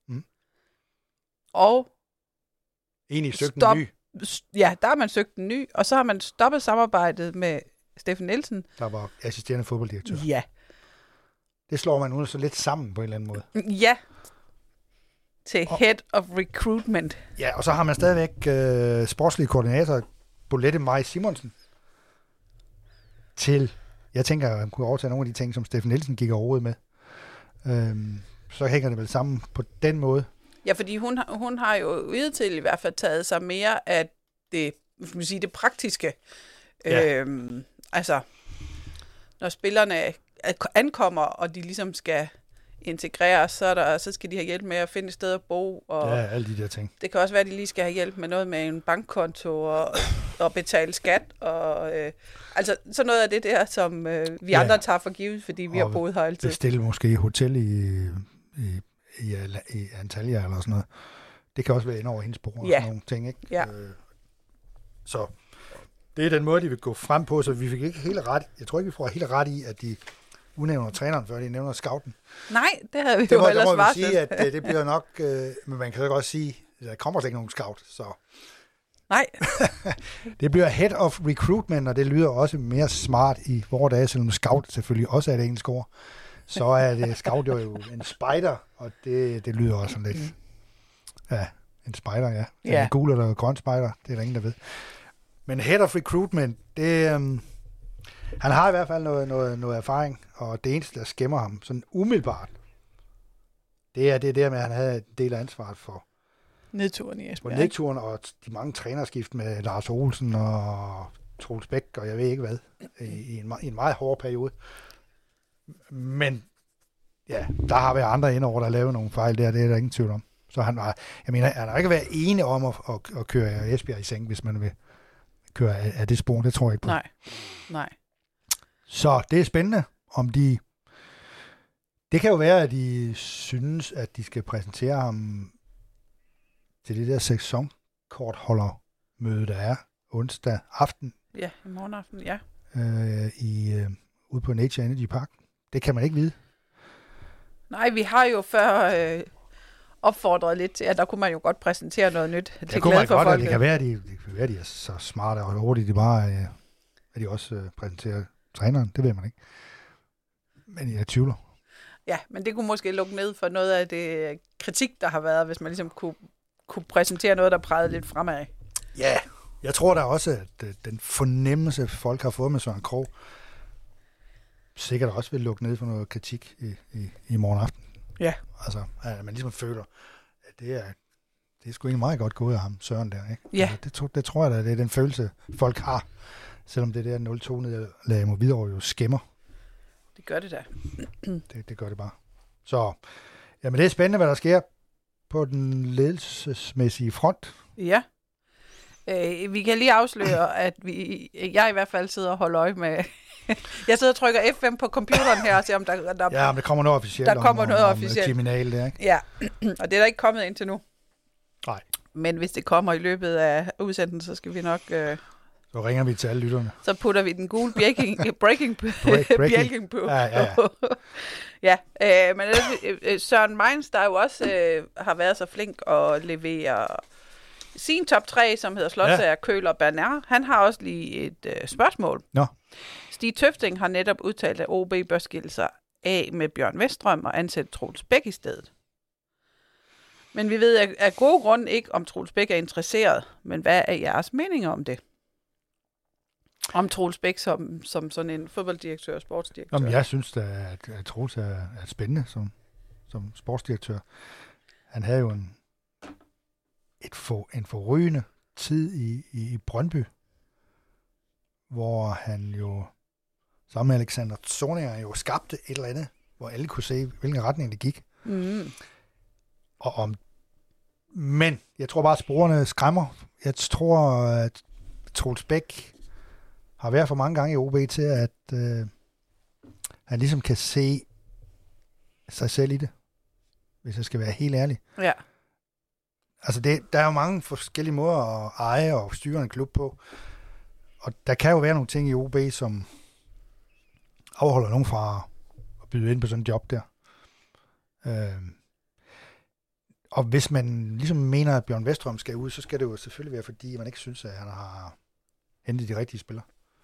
Og egentlig søgt en ny. Ja, der har man søgt en ny, og så har man stoppet samarbejdet med Steffen Nielsen. Der var assisterende fodbolddirektør. Ja. Det slår man nu så lidt sammen på en eller anden måde. Ja. Til Head of Recruitment. Ja, og så har man stadigvæk sportslig koordinator Bolette Maj Simonsen til, jeg tænker, at han kunne overtage nogle af de ting, som Steffen Nielsen gik overhovedet med. Så hænger det vel sammen på den måde. Ja, fordi hun har jo til i hvert fald taget sig mere af det, det praktiske. Ja. Altså, når spillerne ankommer, og de ligesom skal integreres, så skal de have hjælp med at finde et sted at bo. Og ja, alle de der ting. Det kan også være, at de lige skal have hjælp med noget med en bankkonto og betale skat. Og, altså sådan noget af det der, som vi andre tager for givet, fordi vi har boet her altid. Bestille måske hotel i Antalya eller sådan noget. Det kan også være ind over hendes bord og sådan nogle ting, ikke? Ja. Så det er den måde, de vil gå frem på, så vi fik ikke helt ret. Jeg tror ikke, vi får helt ret i, at de udnævner træneren, før de nævner scouten. Nej, det havde vi jo ellers varslet. Det må vi sige, at det bliver nok, men man kan jo også sige, at der kommer slet ikke nogen scout, så... Nej. Det bliver Head of Recruitment, og det lyder også mere smart i vores dage, selvom scout selvfølgelig også er et engelsk ord. Så er det scout jo en spider, og det lyder også sådan lidt... Ja, en spider, ja. Det er en gul eller grøn spider, det er der ingen, der ved. Men Head of Recruitment, det... Han har i hvert fald noget erfaring, og det eneste, der skæmmer ham sådan umiddelbart, det er det der med, at han havde en del af ansvaret for nedturen i Esbjerg. Nedturen og de mange trænerskift med Lars Olsen og Troels Bæk, og jeg ved ikke hvad, i en meget hård periode. Men ja, der har været andre indover, der lavede nogle fejl der, det er der ingen tvivl om. Så han har ikke været enig om at køre Esbjerg i seng, hvis man vil køre af det spor, det tror jeg ikke på. Nej. Så det er spændende, om de... Det kan jo være, at de synes, at de skal præsentere ham til det der sæsonkortholdermøde, der er onsdag aften. Ja, i morgen aften, ja. Ude på Nature Energy Park. Det kan man ikke vide. Nej, vi har jo før opfordret lidt til, at der kunne man jo godt præsentere noget nyt til glæde for folket. Det kan være, de er så smarte og hurtigt, de bare, at de også præsenterer træneren. Det ved man ikke. Men jeg tvivler. Ja, men det kunne måske lukke ned for noget af det kritik, der har været, hvis man ligesom kunne præsentere noget, der prægede lidt fremad. Ja, jeg tror da også, at den fornemmelse, folk har fået med Søren Krogh, sikkert også vil lukke ned for noget kritik i morgen aften. Ja. Altså, at man ligesom føler, at det er sgu egentlig meget godt gået af ham, Søren der, ikke? Ja. Altså, det tror jeg da, det er den følelse, folk har, selvom det der 0-2-nederlag mod Hvidovre jo skæmmer. Det gør det da. Det gør det bare. Så, jamen det er spændende, hvad der sker på den ledelsesmæssige front. Ja. Vi kan lige afsløre, at jeg i hvert fald sidder og holder øje med... Jeg sidder og trykker F5 på computeren her og ser, om der ja, om der kommer noget officielt. Der kommer noget officielt. Kriminal, der, ikke? Ja, og det er der ikke kommet indtil nu. Nej. Men hvis det kommer i løbet af udsendelsen, så skal vi nok... Så ringer vi til alle lytterne. Så putter vi den gule breaking på. Ja. Men Søren Meins, der jo også har været så flink at levere sin top 3, som hedder Slotsager, Køler og Bernard. Han har også lige et spørgsmål. Nå. Stig Tøfting har netop udtalt, at OB bør skille sig af med Bjørn Westrøm og ansætte Troels Bæk i stedet. Men vi ved af gode grunde ikke, om Troels Bæk er interesseret. Men hvad er jeres meninger om det? Om Troels Bæk som sådan en fodbolddirektør og sportsdirektør? Jamen, jeg synes da, at Troels er spændende som sportsdirektør. Han havde jo en forrygende tid i Brøndby, hvor han jo sammen med Alexander Zorniger jo skabte et eller andet, hvor alle kunne se, hvilken retning det gik. Mm. Men jeg tror bare, at sporene skræmmer. Jeg tror, at Troels Bæk har været for mange gange i OB til, at han ligesom kan se sig selv i det, hvis jeg skal være helt ærlig. Ja. Altså, der er jo mange forskellige måder at eje og styre en klub på. Og der kan jo være nogle ting i OB, som afholder nogen fra at byde ind på sådan en job der. Og hvis man ligesom mener, at Bjørn Westrøm skal ud, så skal det jo selvfølgelig være, fordi man ikke synes, at han har hentet de rigtige spillere.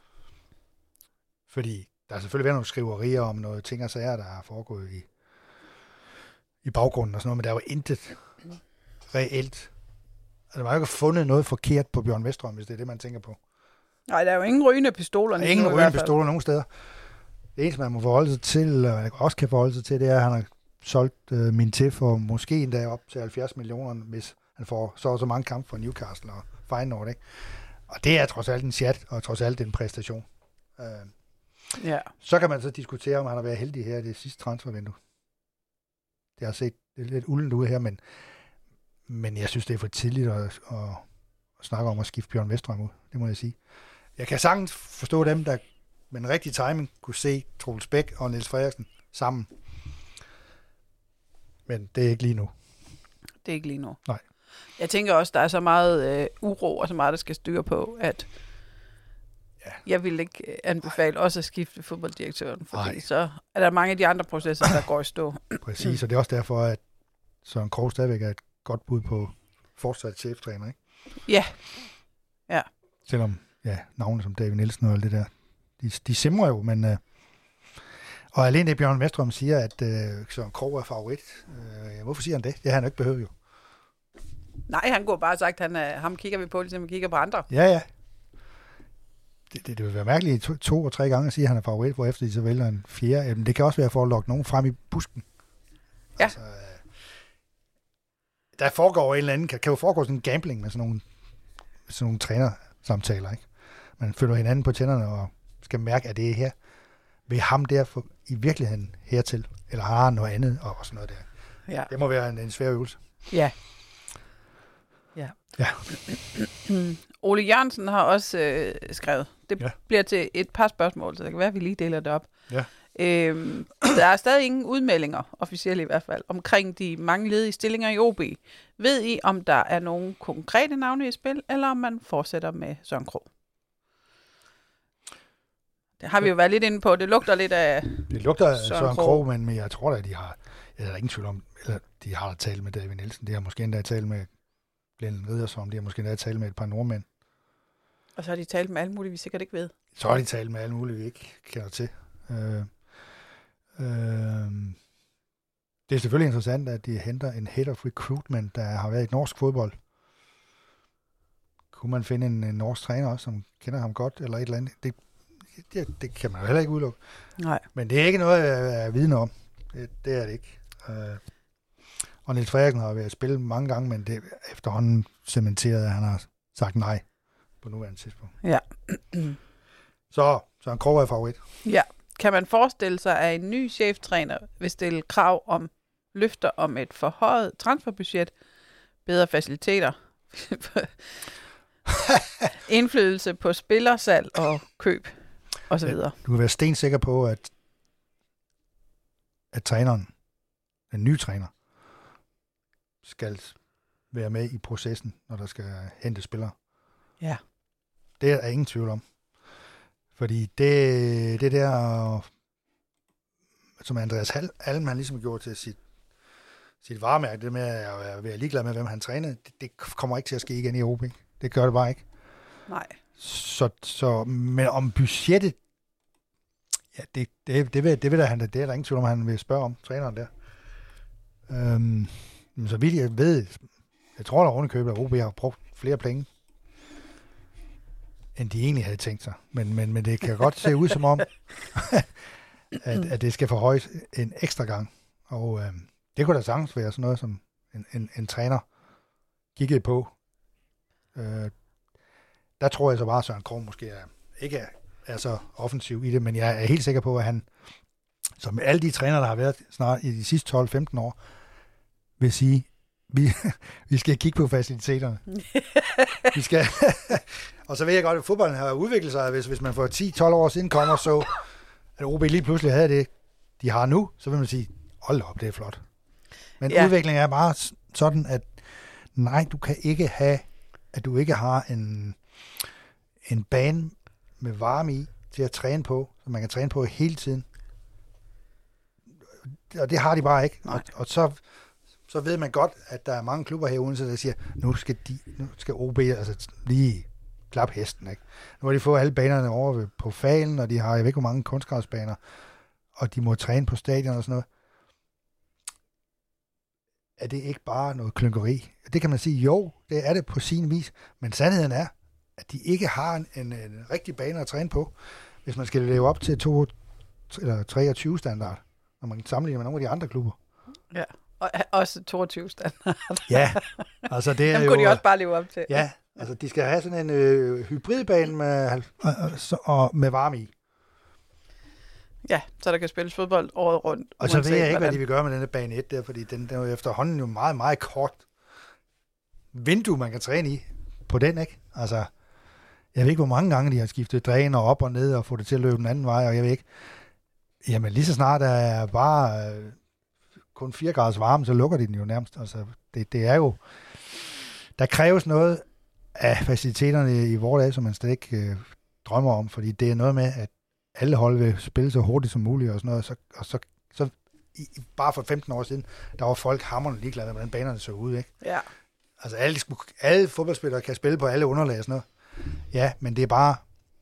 Fordi der har selvfølgelig været nogle skriverier om noget ting og sager, der har foregået i baggrunden og sådan noget, men der er jo intet reelt. Altså, man har jo ikke fundet noget forkert på Bjørn Westrøm, hvis det er det, man tænker på. Nej, der er jo ingen rygende pistoler. Der er ingen rygende pistoler nogen steder. Det eneste, man må forholde sig til, og også kan forholde sig til, det er, at han har solgt min til for måske endda op til 70 millioner, hvis han får så mange kampe for Newcastle og Feyenoord, ikke? Og det er trods alt en chat, og trods alt en præstation. Ja. Så kan man så diskutere, om han har været heldig her i det sidste transfervindue. Det har set lidt uldent ud her, men jeg synes, det er for tidligt at snakke om at skifte Bjørn Westrøm ud. Det må jeg sige. Jeg kan sagtens forstå dem, der med en rigtig timing kunne se Troels Bæk og Niels Frederiksen sammen. Men det er ikke lige nu. Det er ikke lige nu. Nej. Jeg tænker også, der er så meget uro og så meget, der skal styre på, at jeg vil ikke anbefale også at skifte fodbolddirektøren, fordi så er der mange af de andre processer, der går i stå. Præcis, og det er også derfor, at Søren Krogh stadigvæk er et godt bud på fortsat cheftræner, ikke? Ja. Ja. Selvom, navne som David Nielsen og alt det der, de simrer jo, men... og alene det, Bjørn Westrøm siger, at Søren Krogh er favorit. Hvorfor siger han det? Det har han ikke behøvet jo. Nej, han går bare og sagt, at ham kigger vi på, ligesom vi kigger på andre. Ja. Det vil være mærkeligt 2 og 3 gange at sige, at han er favorit, hvorefter de så vælger en fjerde. Jamen, det kan også være for at lokke nogen frem i busken. Ja. Altså, der foregår en eller anden, kan jo foregå sådan en gambling med sådan nogle trænersamtaler, ikke? Man følger hinanden på tænderne og skal mærke, at det er her. Vil ham derfor i virkeligheden hertil? Eller har han noget andet og sådan noget der? Ja. Det må være en svær øvelse. Ja. Ole Jørgensen har også skrevet. Det bliver til et par spørgsmål, så det kan være, at vi lige deler det op. Ja. Der er stadig ingen udmeldinger, officielt i hvert fald, omkring de mange ledige stillinger i OB. Ved I, om der er nogle konkrete navne i spil, eller om man fortsætter med Søren Krogh? Det har vi jo været lidt inde på. Det lugter lidt af Det lugter af Søren Krogh, men jeg tror da, at de har... Jeg er ingen tvivl om, eller de har talt med David Nielsen. De har måske endda talt med Glenn Riddersholm. De har måske endda talt med et par nordmænd. Og så har de talt med alle mulige, vi sikkert ikke ved. Så har de talt med alle mulige, vi ikke kender til. Det er selvfølgelig interessant, at de henter en head of recruitment, der har været i norsk fodbold. Kunne man finde en norsk træner også, som kender ham godt, eller et eller andet? Det kan man jo heller ikke udelukke. Nej. Men det er ikke noget, jeg er vidne om. Det er det ikke. Og Niels Frederiksen har været at spille mange gange, men det efterhånden cementeret, at han har sagt nej på nuværende tidspunkt. Ja. Så en Krogh er favorit. Ja. Kan man forestille sig, at en ny cheftræner vil stille krav om løfter om et forhøjet transferbudget, bedre faciliteter, indflydelse på spillersalg og køb osv.? Du kan være stensikker på, at træneren, den nye træner, skal være med i processen, når der skal hente spillere. Ja. Det er ingen tvivl om. Fordi det der, som Andreas Alm, han ligesom gjorde til sit varemærke, det med at være ligeglad med, hvem han trænede, det kommer ikke til at ske igen i OB. Det gør det bare ikke. Nej. Men om budgettet, ja, det er der ingen tvivl om, han vil spørge om, træneren der. Så vidt jeg ved, jeg tror, der ovenikøbet, at OB har brugt flere penge, end de egentlig havde tænkt sig. Men det kan godt se ud som om, at det skal forhøjes en ekstra gang. Og det kunne da sagtens være sådan noget, som en træner kiggede på. Der tror jeg så bare, at Søren Krogh måske ikke er så offensiv i det, men jeg er helt sikker på, at han, som alle de trænere, der har været snart i de sidste 12-15 år, vil sige, vi skal kigge på faciliteterne. Vi skal... Og så ved jeg godt, at fodbolden har udviklet sig, hvis man for 10-12 år siden kommer så, at OB lige pludselig havde det, de har nu, så vil man sige, hold op, det er flot. Men udviklingen er bare sådan, at nej, du kan ikke have, at du ikke har en bane med varme i til at træne på, som man kan træne på hele tiden. Og det har de bare ikke. Og så ved man godt, at der er mange klubber herude, der siger, nu skal OB altså lige klap hesten, ikke? Nu har de fået alle banerne over på Falen, og de har, jeg ved ikke, hvor mange kunstgræsbaner, og de må træne på stadion og sådan noget. Er det ikke bare noget klynkeri? Det kan man sige, jo, det er det på sin vis, men sandheden er, at de ikke har en rigtig bane at træne på, hvis man skal leve op til 23 standard, når man sammenligner med nogle af de andre klubber. Ja, og også 22 standard. Ja, altså det er dem kunne de også bare leve op til. Ja, altså de skal have sådan en hybridbane med varme i. Ja, så der kan spilles fodbold året rundt. Og så ved jeg ikke, hvad de vil gøre med denne bane 1 der, fordi den er jo efterhånden jo meget, meget kort vindue, man kan træne i på den, ikke? Altså, jeg ved ikke, hvor mange gange de har skiftet dræner op og ned og få det til at løbe den anden vej, og jeg ved ikke, jamen lige så snart der er bare kun 4 graders varme, så lukker de den jo nærmest. Altså, det er jo, der kræves noget af faciliteterne i vores dag, som man slet ikke drømmer om, fordi det er noget med, at alle hold vil spille så hurtigt som muligt og sådan noget, så bare for 15 år siden, der var folk hamrende ligeglade med, hvordan banerne så ud, ikke? Ja. Altså alle fodboldspillere kan spille på alle underlag og sådan noget. Ja, men det er bare,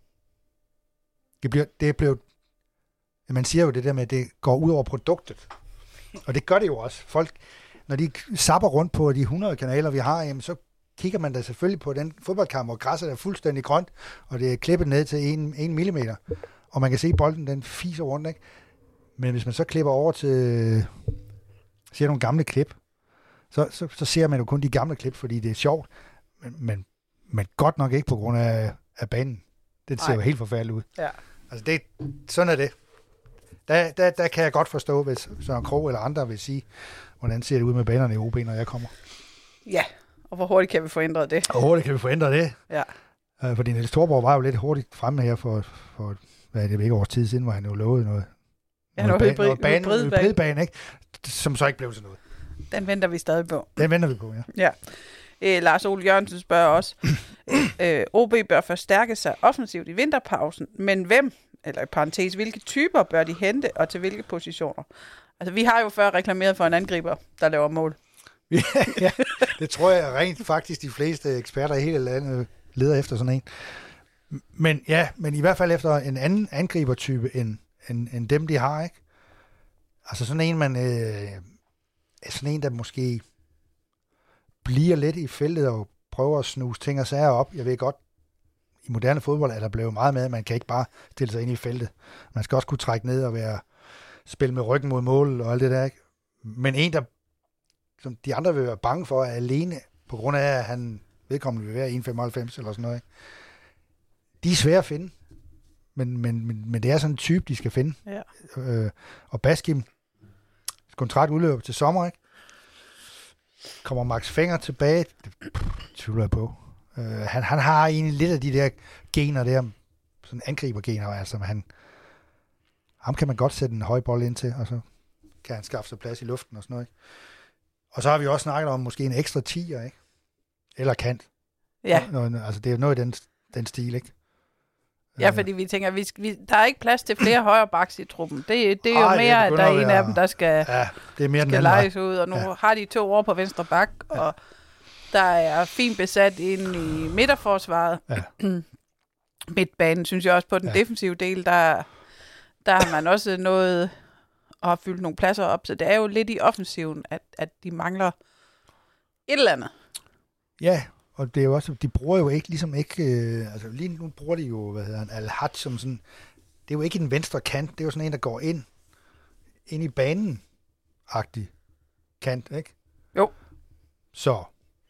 det er blevet, man siger jo det der med, at det går ud over produktet. Og det gør det jo også. Folk, når de zapper rundt på de 100 kanaler, vi har, jamen, så kigger man da selvfølgelig på den fodboldkamp, hvor græsset er fuldstændig grønt, og det er klippet ned til 1 millimeter. Og man kan se bolden, den fiser rundt, ikke? Men hvis man så klipper over til, ser nogle gamle klip, så ser man jo kun de gamle klip, fordi det er sjovt, men godt nok ikke på grund af banen. Det ser jo helt forfærdeligt ud. Ja. Altså sådan er det. Der kan jeg godt forstå, hvis Søren Krogh eller andre vil sige, hvordan ser det ud med banerne i OB, når jeg kommer. Ja, og hvor hurtigt kan vi forændre det? Hvor hurtigt kan vi forændre det? Ja. Fordi Niels Thorborg var jo lidt hurtigt fremme her for hvad er det, ikke års tid siden, hvor han jo lovede noget. Ja, noget hybridbane, ikke? Som så ikke blev til noget. Den venter vi stadig på. Den venter vi på, ja. Ja. Lars Ole Jørgensen spørger også, OB bør forstærke sig offensivt i vinterpausen, men hvem eller i parentes, hvilke typer bør de hente, og til hvilke positioner? Altså, vi har jo før reklameret for en angriber, der laver mål. Ja, det tror jeg rent faktisk de fleste eksperter i hele landet leder efter sådan en. Men i hvert fald efter en anden angribertype end dem, de har, ikke? Altså sådan en, sådan en, der måske bliver lidt i feltet og prøver at snuse ting og sager op. Jeg ved godt, i moderne fodbold er der blevet meget med, at man kan ikke bare stille sig ind i feltet. Man skal også kunne trække ned og spille med ryggen mod mål og alt det der, ikke? Men en, der som de andre vil være bange for, er alene på grund af, at han vedkommende vil være 1,95 eller sådan noget, ikke? De er svære at finde, men det er sådan en type, de skal finde. Ja. Og Baskim, kontrakt udløber til sommer, ikke? Kommer Max Fenger tilbage? Det tvivler jeg på. Han har egentlig lidt af de der gener der, sådan angribergener, altså ham kan man godt sætte en høj bold ind til, og så kan han skaffe sig plads i luften og sådan noget, ikke? Og så har vi også snakket om måske en ekstra 10'er, ikke? Eller kant. Ja. Altså det er noget i den stil, ikke? Ja, fordi vi tænker, der er ikke plads til flere højre backs i truppen. Det er jo mere, at der er en af dem, der skal lejes ud. Og nu har de 2 år på venstre bak, og der er fint besat inde i midterforsvaret. Ja. Midtbanen, synes jeg også, på den defensive del, der har man også noget og har fyldt nogle pladser op. Så det er jo lidt i offensiven, at de mangler et eller andet. Ja, og det er jo også, de bruger jo ikke, altså lige nu bruger de jo, Al-Had som sådan, det er jo ikke en venstre kant, det er jo sådan en, der går ind i banen-agtig kant, ikke? Jo. Så,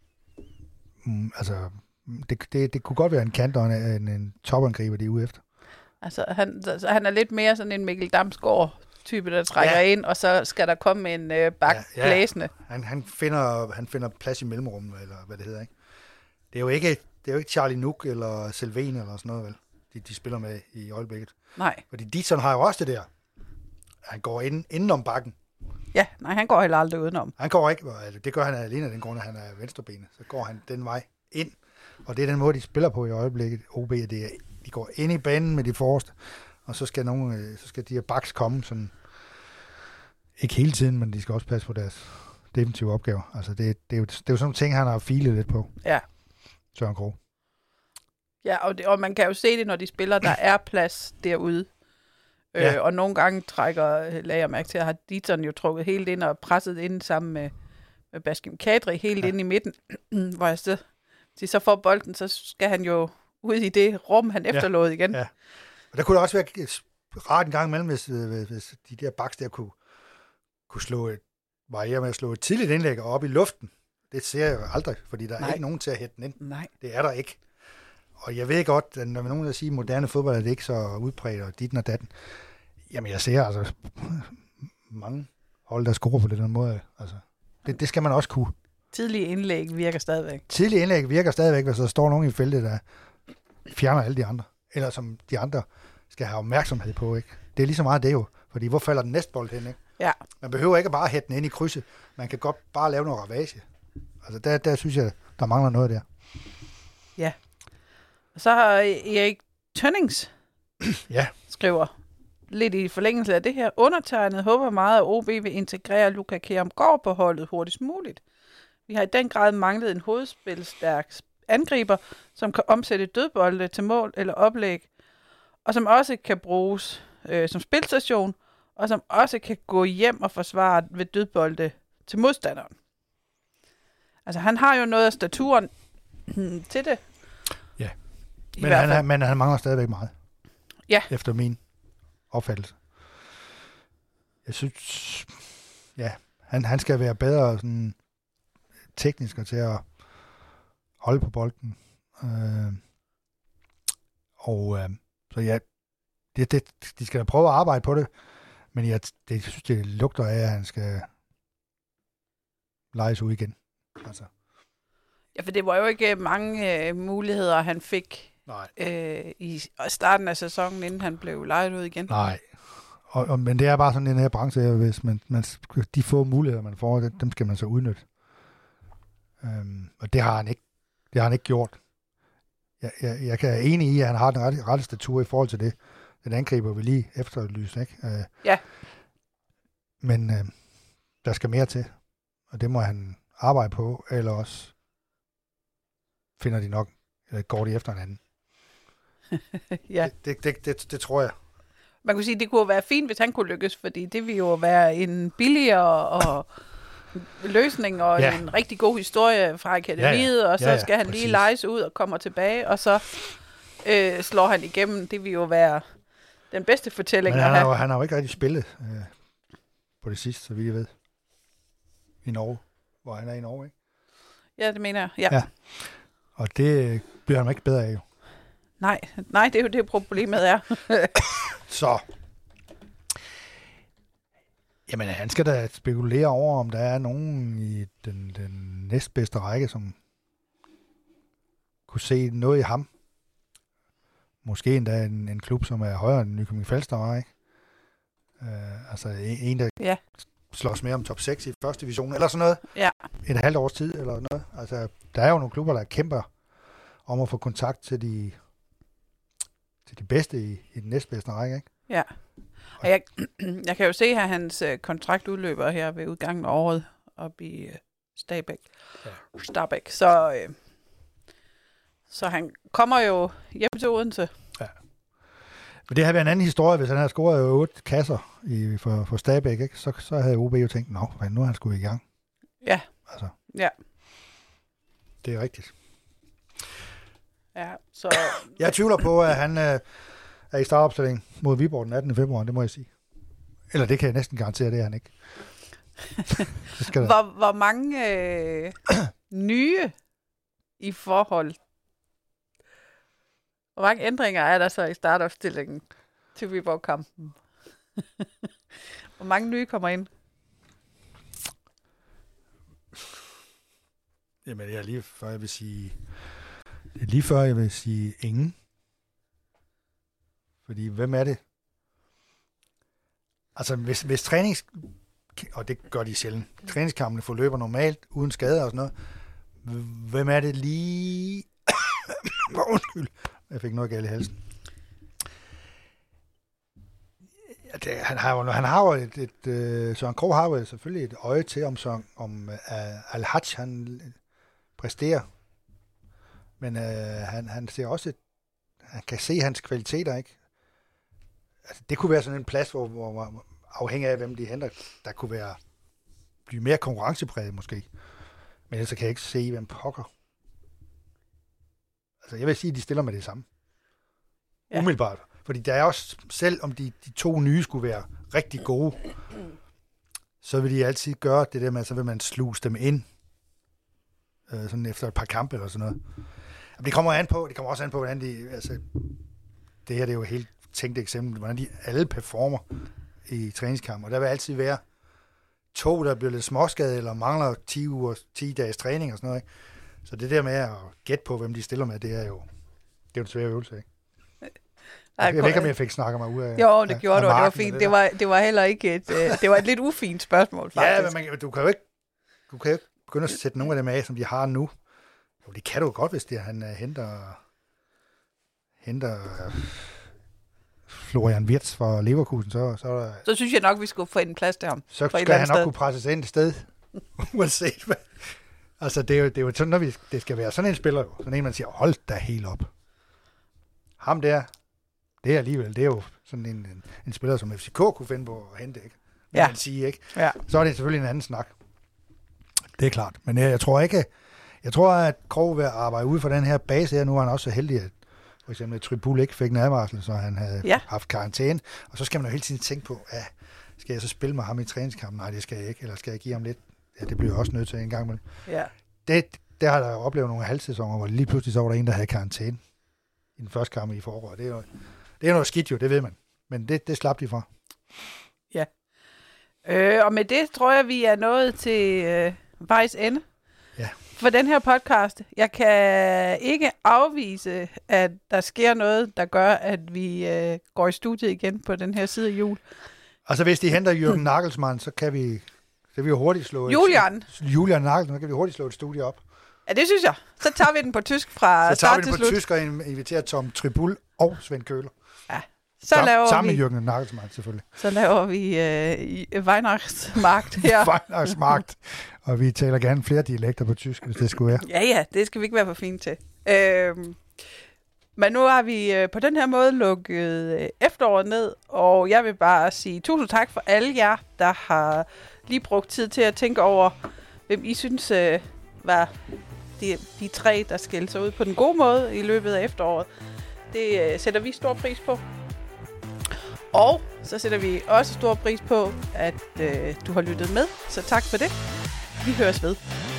altså, det kunne godt være en kant og en topangriber, de er ude efter. Altså, han er lidt mere sådan en Mikkel Damsgaard type, der trækker ind, og så skal der komme en bak blæsende. Han finder plads i mellemrummet, eller hvad det hedder, ikke? Det er jo ikke Charlie Nook eller Sylvain eller sådan noget, vel? De spiller med i øjeblikket. Nej. Fordi Dietzson har jo også det der. Han går indenom bakken. Ja, nej, han går heller aldrig udenom. Han går ikke, det gør han alene af den grund, at han er venstrebenet. Så går han den vej ind, og det er den måde, de spiller på i øjeblikket. OB, det er, de går ind i banen med de forreste, og så skal de her backs komme sådan, ikke hele tiden, men de skal også passe på deres defensive opgaver. Altså det er jo sådan nogle ting, han har filet lidt på. Ja. Søren Krog. Ja, og man kan jo se det, når de spiller, der er plads derude. Ja. Og nogle gange lagde jeg mærke til, at har Dietzson jo trukket helt ind og presset ind sammen med Baskim Kadri helt ind i midten, hvor jeg så får bolden, så skal han jo ud i det rum, han efterlod igen. Ja. Og der kunne det også være rart en gang imellem, hvis de der backs der kunne variere med at slå et tidligt indlæg op i luften. Det ser jeg jo aldrig, fordi der er ikke nogen til at hætte den ind. Nej. Det er der ikke. Og jeg ved godt, at når nogen der siger, at moderne fodbold er det ikke så udbredt, og ditten og datten. Jamen, jeg ser altså mange hold, der scorer på den måde. Altså, det skal man også kunne. Tidlige indlæg virker stadigvæk. Tidlige indlæg virker stadigvæk, hvis der står nogen i feltet, der fjerner alle de andre. Eller som de andre skal have opmærksomhed på, ikke? Det er lige så meget det jo. Fordi hvor falder den næste bold hen, ikke? Ja. Man behøver ikke bare at hætte den ind i krydset. Man kan godt bare lave noget ravage. Altså, der synes jeg, der mangler noget der. Ja. Og så har Erik Tønnings skriver lidt i forlængelse af det her. Undertegnet håber meget, at OB vil integrere Luka Kjærmgaard på holdet hurtigst muligt. Vi har i den grad manglet en hovedspilstærk angriber, som kan omsætte dødbolde til mål eller oplæg, og som også kan bruges som spilstation, og som også kan gå hjem og forsvare ved dødbolde til modstanderen. Altså, han har jo noget af staturen til det. Ja, men han mangler stadigvæk meget. Ja. Efter min opfattelse. Jeg synes, han skal være bedre sådan teknisk og til at holde på bolden. Så ja, de skal da prøve at arbejde på det, men jeg synes, det lugter af, at han skal lejes ud igen. Altså. Ja, for det var jo ikke mange muligheder, han fik i starten af sæsonen, inden han blev lejet ud igen. Nej, men det er bare sådan den her branche, hvis man de få muligheder, man får, dem skal man så udnytte. Og det har han ikke gjort. Jeg kan være enig i, at han har den rette statur i forhold til det. den angriber, vi lige efterlyste, ikke? Ja. Men der skal mere til, og det må han arbejde på, eller også finder de nok, eller går de efter hinanden. Ja. Det tror jeg. Man kunne sige, at det kunne være fint, hvis han kunne lykkes, fordi det ville jo være en billigere og løsning og en rigtig god historie fra akademiet, og så skal han lige lejes ud og kommer tilbage, og så slår han igennem. Det vil jo være den bedste fortælling Men at have. han har jo ikke rigtig spillet på det sidste, så vidt jeg ved. I Norge, hvor han er i Norge, ikke? Ja, det mener jeg. Ja. Og det bliver han ikke bedre af, jo. Nej, det er jo det, problemet er. Så. Jamen, han skal da spekulere over, om der er nogen i den næstbedste række, som kunne se noget i ham. Måske endda en klub, som er højere end Nykøbing Falster, ikke? Altså en, der slås med om top 6 i første division, eller sådan noget. Ja. Et halvt års tid, eller noget. Altså, der er jo nogle klubber, der kæmper om at få kontakt til de bedste i den næstbedste række, ikke? Ja. Og jeg kan jo se, at hans kontrakt udløber her ved udgangen af året op i Stabæk. Så han kommer jo hjem til Odense. Ja. Men det har været en anden historie, hvis han havde scoret 8 kasser for Stabæk, ikke? Så havde OB jo tænkt, nu er han sgu i gang. Ja. Altså. Ja. Det er rigtigt. Ja, så... Jeg tvivler på, at han er i startopstilling mod Viborg den 18. februar, det må jeg sige. Eller det kan jeg næsten garantere, det er han ikke. Hvor mange nye i forhold... Hvor mange ændringer er der så i startopstillingen til Viborg-kampen? Hvor mange nye kommer ind? Jamen, det er lige før, jeg vil sige ingen. Fordi, hvem er det? Altså, hvis og det gør de sjældent, træningskampene forløber normalt, uden skader og sådan noget, hvem er det lige... Undskyld, jeg fik noget galt i halsen. Han har jo Søren Krogh har jo selvfølgelig et øje til, om Al-Hajj, han præsterer. Men han ser også, han kan se hans kvaliteter, ikke? Altså, det kunne være sådan en plads, hvor afhængig af, hvem de henter, der kunne blive mere konkurrencepræget måske. Men ellers kan jeg ikke se, hvem pokker. Altså, jeg vil sige, at de stiller med det samme. Ja. Umiddelbart. Fordi der er også, selv om de 2 nye skulle være rigtig gode, så vil de altid gøre det der med, så vil man sluse dem ind, sådan efter et par kampe eller sådan noget. Men det kommer også an på, hvordan det her det er jo et helt tænkt eksempel, hvordan de alle performer i træningskamp. Og der vil altid være 2, der bliver lidt småskadet, eller mangler 10 dages træning og sådan noget, ikke? Så det der med at gætte på, hvem de stiller med, det er jo en svær øvelse, ikke? Jeg ved ikke, om jeg fik snakket mig ud af... Jo, det gjorde du, og det var fint. Det var heller ikke det var et lidt ufint spørgsmål, faktisk. Ja, men du kan jo ikke begynde at sætte nogle af dem af, som de har nu. Jo, det kan du godt, hvis han henter Florian Wirtz fra Leverkusen, så synes jeg nok, vi skulle få en plads til ham. Så skal han nok kunne presse sig ind et sted, uanset hvad. Altså, det er jo sådan, når det skal være sådan en spiller, sådan en, man siger, hold da helt op. Ham der, det er alligevel, det er jo sådan en spiller, som FCK kunne finde på at hente, ikke? Ja. Man sige, ikke? Ja. Så er det selvfølgelig en anden snak. Det er klart. Men jeg tror, at Krogh vil arbejde ude for den her base her. Nu er han også så heldig, at for eksempel Tribul ikke fik en advarsel, så han havde haft karantæne. Og så skal man jo hele tiden tænke på, skal jeg så spille med ham i træningskampen? Nej, det skal jeg ikke. Eller skal jeg give ham lidt? Ja, det bliver jeg også nødt til en gang imellem. Ja. Det har der jo oplevet nogle halvsæsoner, hvor lige pludselig så var der en, der havde karantæne i den første kamp i foråret. Det er noget skidt jo, det ved man. Men det slap de fra. Ja. Og med det tror jeg, vi er nået til vejs ende. Ja. For den her podcast. Jeg kan ikke afvise, at der sker noget, der gør, at vi går i studiet igen på den her side af jul. Altså hvis de henter Jürgen Nagelsmann, så kan vi jo hurtigt slå Julian Nagelsmann, så kan vi hurtigt slå et studie op. Ja, det synes jeg. Så tager vi den på tysk fra start til slut. Så tager vi den på tysk og inviterer Tom Tribul og Svend Køhler. Ja, Sammen med Jürgen Nagelsmann, selvfølgelig. Så laver vi Weihnachtsmarkt her. Weihnachtsmarkt. Og vi taler gerne flere dialekter på tysk, hvis det skulle være. Ja, det skal vi ikke være for fint til. Men nu har vi på den her måde lukket efteråret ned, og jeg vil bare sige tusind tak for alle jer, der har lige brugt tid til at tænke over, hvem I synes var de 3, der skældte sig ud på den gode måde i løbet af efteråret. Det sætter vi stor pris på. Og så sætter vi også stor pris på, at du har lyttet med. Så tak for det. Vi høres ved.